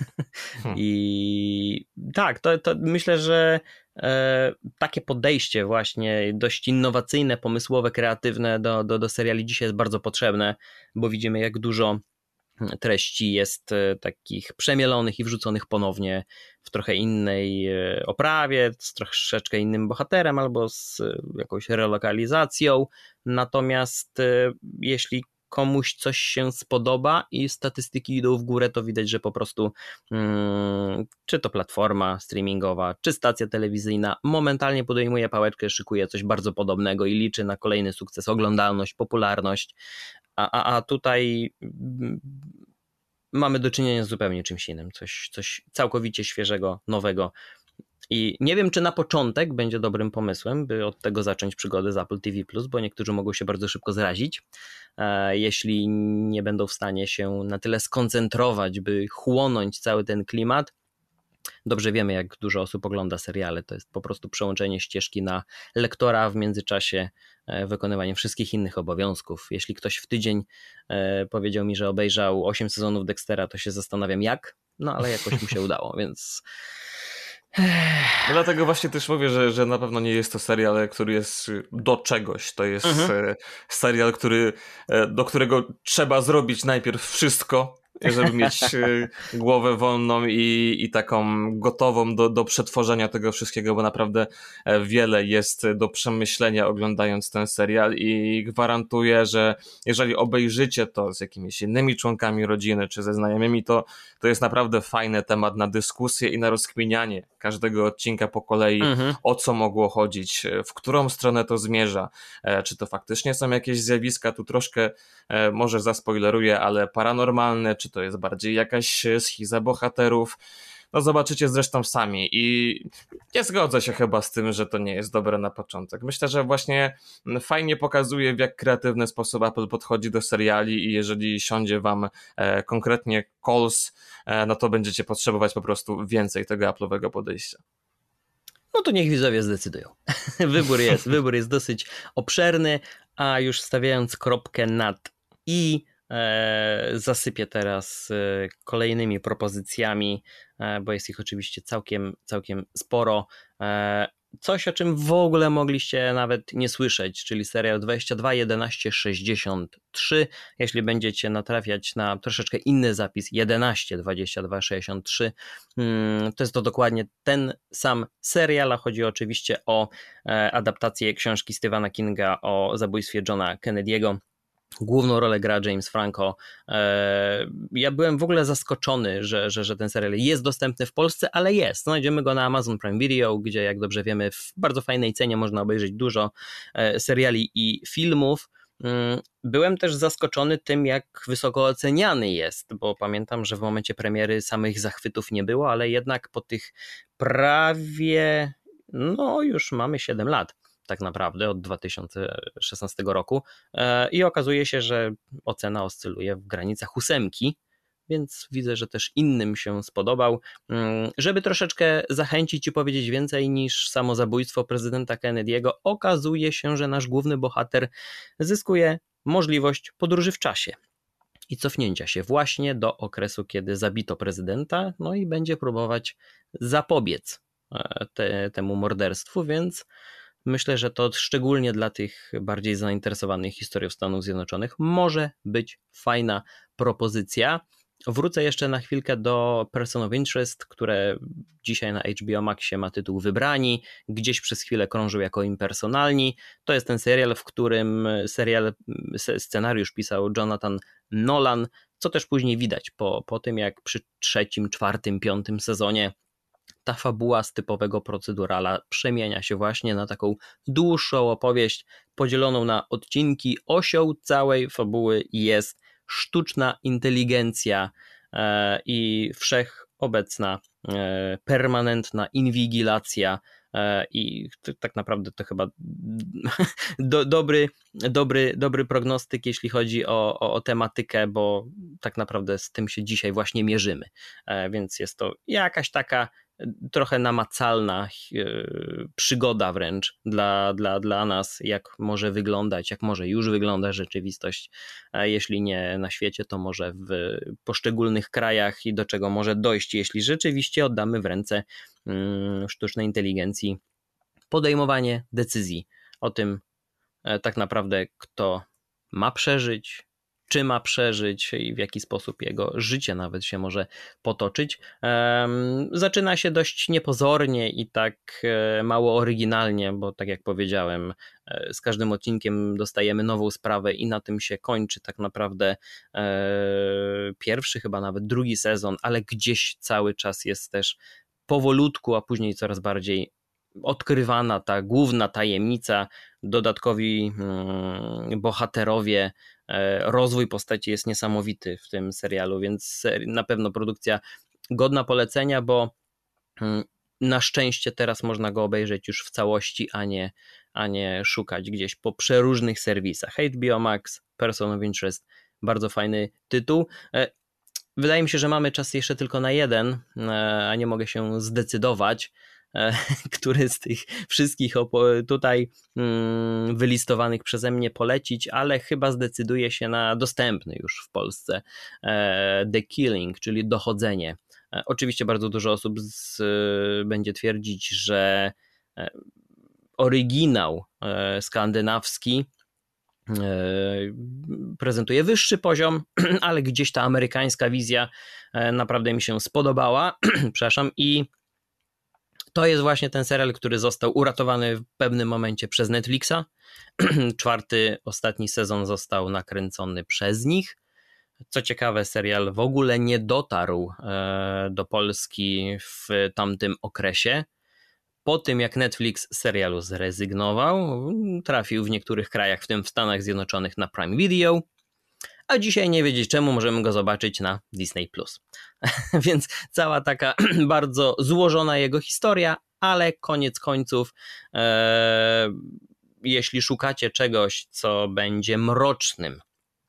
I tak, to myślę, że takie podejście właśnie dość innowacyjne, pomysłowe, kreatywne do seriali dzisiaj jest bardzo potrzebne, bo widzimy, jak dużo treści jest takich przemielonych i wrzuconych ponownie w trochę innej oprawie, z troszeczkę innym bohaterem albo z jakąś relokalizacją. Natomiast jeśli komuś coś się spodoba i statystyki idą w górę, to widać, że po prostu czy to platforma streamingowa, czy stacja telewizyjna momentalnie podejmuje pałeczkę, szykuje coś bardzo podobnego i liczy na kolejny sukces, oglądalność, popularność, a tutaj mamy do czynienia z zupełnie czymś innym, coś całkowicie świeżego, nowego. I nie wiem, czy na początek będzie dobrym pomysłem, by od tego zacząć przygodę z Apple TV+, bo niektórzy mogą się bardzo szybko zrazić, jeśli nie będą w stanie się na tyle skoncentrować, by chłonąć cały ten klimat. Dobrze wiemy, jak dużo osób ogląda seriale, to jest po prostu przełączenie ścieżki na lektora, a w międzyczasie wykonywanie wszystkich innych obowiązków. Jeśli ktoś w tydzień powiedział mi, że obejrzał 8 sezonów Dextera, to się zastanawiam jak, no ale jakoś mu się udało, więc No dlatego właśnie też mówię, że na pewno nie jest to serial, który jest do czegoś. To jest serial, do którego trzeba zrobić najpierw wszystko, żeby mieć głowę wolną i taką gotową do przetworzenia tego wszystkiego, bo naprawdę wiele jest do przemyślenia oglądając ten serial i gwarantuję, że jeżeli obejrzycie to z jakimiś innymi członkami rodziny czy ze znajomymi, to jest naprawdę fajny temat na dyskusję i na rozkminianie każdego odcinka po kolei, o co mogło chodzić, w którą stronę to zmierza, czy to faktycznie są jakieś zjawiska, tu troszkę może zaspoileruję, ale paranormalne, czy to jest bardziej jakaś schiza bohaterów. No zobaczycie zresztą sami i nie zgodzę się chyba z tym, że to nie jest dobre na początek. Myślę, że właśnie fajnie pokazuje, w jak kreatywny sposób Apple podchodzi do seriali i jeżeli siądzie wam konkretnie Calls, no to będziecie potrzebować po prostu więcej tego Apple'owego podejścia. No to niech widzowie zdecydują. Wybór jest dosyć obszerny, a już stawiając kropkę nad i zasypię teraz kolejnymi propozycjami, bo jest ich oczywiście całkiem sporo. Coś, o czym w ogóle mogliście nawet nie słyszeć, czyli serial 22 11 63. Jeśli będziecie natrafiać na troszeczkę inny zapis 11 22 63, to jest to dokładnie ten sam serial, a chodzi oczywiście o adaptację książki Stephena Kinga o zabójstwie Johna Kennedy'ego. Główną rolę gra James Franco. Ja byłem w ogóle zaskoczony, że ten serial jest dostępny w Polsce, ale jest. Znajdziemy go na Amazon Prime Video, gdzie jak dobrze wiemy w bardzo fajnej cenie można obejrzeć dużo seriali i filmów. Byłem też zaskoczony tym, jak wysoko oceniany jest, bo pamiętam, że w momencie premiery samych zachwytów nie było, ale jednak po tych prawie, no już mamy 7 lat tak naprawdę od 2016 roku i okazuje się, że ocena oscyluje w granicach 8, więc widzę, że też innym się spodobał. Żeby troszeczkę zachęcić i powiedzieć więcej niż samo zabójstwo prezydenta Kennedy'ego, okazuje się, że nasz główny bohater zyskuje możliwość podróży w czasie i cofnięcia się właśnie do okresu, kiedy zabito prezydenta, no i będzie próbować zapobiec temu morderstwu, więc myślę, że to szczególnie dla tych bardziej zainteresowanych historią Stanów Zjednoczonych może być fajna propozycja. Wrócę jeszcze na chwilkę do Person of Interest, które dzisiaj na HBO Maxie ma tytuł Wybrani, gdzieś przez chwilę krążył jako Impersonalni. To jest ten serial, w którym scenariusz pisał Jonathan Nolan, co też później widać po tym, jak przy 3., 4., 5. sezonie ta fabuła z typowego procedurala przemienia się właśnie na taką dłuższą opowieść podzieloną na odcinki. Osią całej fabuły jest sztuczna inteligencja i wszechobecna, permanentna inwigilacja i tak naprawdę to chyba dobry prognostyk, jeśli chodzi o tematykę, bo tak naprawdę z tym się dzisiaj właśnie mierzymy, więc jest to jakaś taka trochę namacalna przygoda wręcz dla nas, jak może wyglądać, jak może już wygląda rzeczywistość, jeśli nie na świecie, to może w poszczególnych krajach i do czego może dojść, jeśli rzeczywiście oddamy w ręce sztucznej inteligencji podejmowanie decyzji o tym tak naprawdę, kto ma przeżyć, czy ma przeżyć i w jaki sposób jego życie nawet się może potoczyć. Zaczyna się dość niepozornie i tak mało oryginalnie, bo tak jak powiedziałem, z każdym odcinkiem dostajemy nową sprawę i na tym się kończy tak naprawdę pierwszy, chyba nawet drugi sezon, ale gdzieś cały czas jest też powolutku, a później coraz bardziej odkrywana ta główna tajemnica, dodatkowi bohaterowie, rozwój postaci jest niesamowity w tym serialu, więc na pewno produkcja godna polecenia, bo na szczęście teraz można go obejrzeć już w całości, a nie szukać gdzieś po przeróżnych serwisach. HBO Max, Person of Interest, bardzo fajny tytuł. Wydaje mi się, że mamy czas jeszcze tylko na jeden, a nie mogę się zdecydować, który z tych wszystkich tutaj wylistowanych przeze mnie polecić, ale chyba zdecyduję się na dostępny już w Polsce The Killing, czyli Dochodzenie Oczywiście bardzo dużo osób będzie twierdzić, że oryginał skandynawski prezentuje wyższy poziom, ale gdzieś ta amerykańska wizja naprawdę mi się spodobała. Przepraszam. I to jest właśnie ten serial, który został uratowany w pewnym momencie przez Netflixa. 4., ostatni sezon został nakręcony przez nich. Co ciekawe, serial w ogóle nie dotarł do Polski w tamtym okresie. Po tym, jak Netflix z serialu zrezygnował, trafił w niektórych krajach, w tym w Stanach Zjednoczonych, na Prime Video, a dzisiaj nie wiedzieć czemu możemy go zobaczyć na Disney+. Więc cała taka bardzo złożona jego historia, ale koniec końców, jeśli szukacie czegoś, co będzie mrocznym,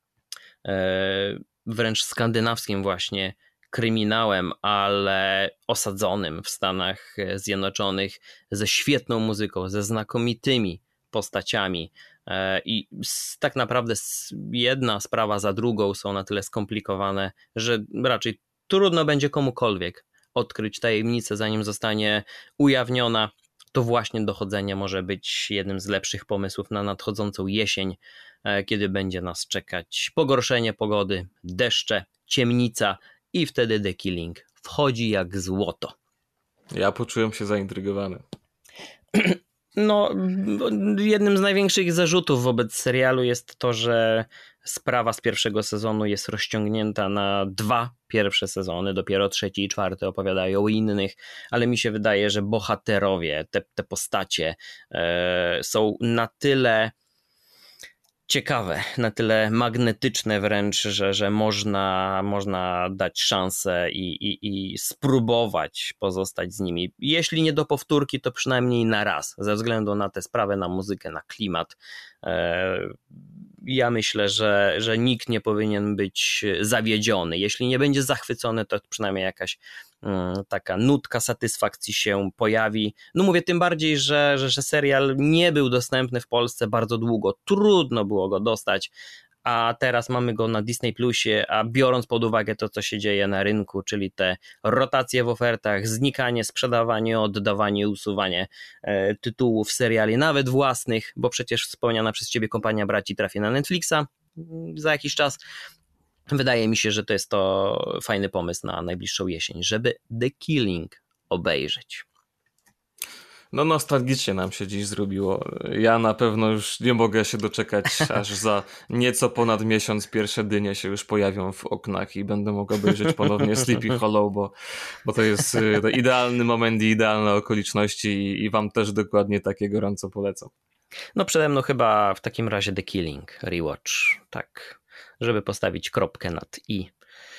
wręcz skandynawskim właśnie kryminałem, ale osadzonym w Stanach Zjednoczonych, ze świetną muzyką, ze znakomitymi postaciami i tak naprawdę jedna sprawa za drugą są na tyle skomplikowane, że raczej trudno będzie komukolwiek odkryć tajemnicę, zanim zostanie ujawniona. To właśnie dochodzenie może być jednym z lepszych pomysłów na nadchodzącą jesień, kiedy będzie nas czekać pogorszenie pogody, deszcze, ciemnica i wtedy The Killing wchodzi jak złoto. Ja poczułem się zaintrygowany. No, jednym z największych zarzutów wobec serialu jest to, że sprawa z pierwszego sezonu jest rozciągnięta na 2 pierwsze sezony, dopiero 3. i 4. opowiadają o innych, ale mi się wydaje, że bohaterowie, te postacie są na tyle ciekawe, na tyle magnetyczne wręcz, że można dać szansę i spróbować pozostać z nimi. Jeśli nie do powtórki, to przynajmniej na raz, ze względu na tę sprawę, na muzykę, na klimat. Ja myślę, że nikt nie powinien być zawiedziony. Jeśli nie będzie zachwycony, to przynajmniej jakaś taka nutka satysfakcji się pojawi. No mówię, tym bardziej, że serial nie był dostępny w Polsce bardzo długo. Trudno było go dostać, a teraz mamy go na Disney Plusie, a biorąc pod uwagę to, co się dzieje na rynku, czyli te rotacje w ofertach, znikanie, sprzedawanie, oddawanie, usuwanie tytułów seriali, nawet własnych, bo przecież wspomniana przez ciebie Kompania Braci trafi na Netflixa za jakiś czas. Wydaje mi się, że to jest to fajny pomysł na najbliższą jesień, żeby The Killing obejrzeć. No nostalgicznie nam się dziś zrobiło. Ja na pewno już nie mogę się doczekać, aż za nieco ponad miesiąc pierwsze dynie się już pojawią w oknach i będę mógł obejrzeć ponownie Sleepy Hollow, bo to jest to idealny moment i idealne okoliczności i wam też dokładnie takie gorąco polecam. No przede mną chyba w takim razie The Killing Rewatch, tak, żeby postawić kropkę nad i.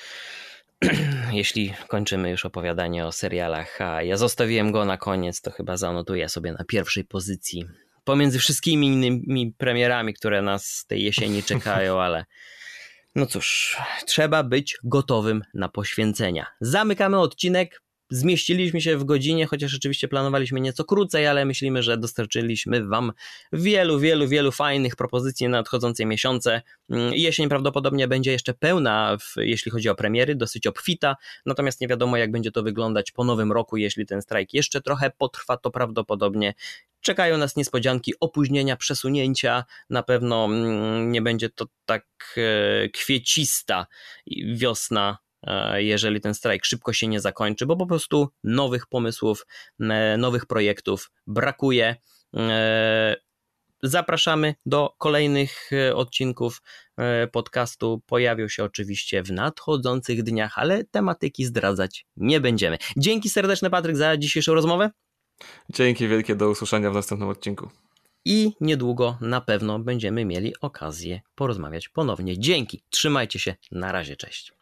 Jeśli kończymy już opowiadanie o serialach, a ja zostawiłem go na koniec, to chyba zanotuję sobie na pierwszej pozycji. Pomiędzy wszystkimi innymi premierami, które nas tej jesieni czekają, ale no cóż, trzeba być gotowym na poświęcenia. Zamykamy odcinek. Zmieściliśmy się w godzinie, chociaż rzeczywiście planowaliśmy nieco krócej, ale myślimy, że dostarczyliśmy wam wielu fajnych propozycji na nadchodzące miesiące. Jesień prawdopodobnie będzie jeszcze pełna, jeśli chodzi o premiery, dosyć obfita, natomiast nie wiadomo, jak będzie to wyglądać po nowym roku. Jeśli ten strajk jeszcze trochę potrwa, to prawdopodobnie czekają nas niespodzianki, opóźnienia, przesunięcia. Na pewno nie będzie to tak kwiecista wiosna, jeżeli ten strajk szybko się nie zakończy, bo po prostu nowych pomysłów, nowych projektów brakuje. Zapraszamy do kolejnych odcinków podcastu. Pojawią się oczywiście w nadchodzących dniach, ale tematyki zdradzać nie będziemy. Dzięki serdeczne, Patryk, za dzisiejszą rozmowę. Dzięki wielkie, do usłyszenia w następnym odcinku. I niedługo na pewno będziemy mieli okazję porozmawiać ponownie. Dzięki, trzymajcie się, na razie, cześć.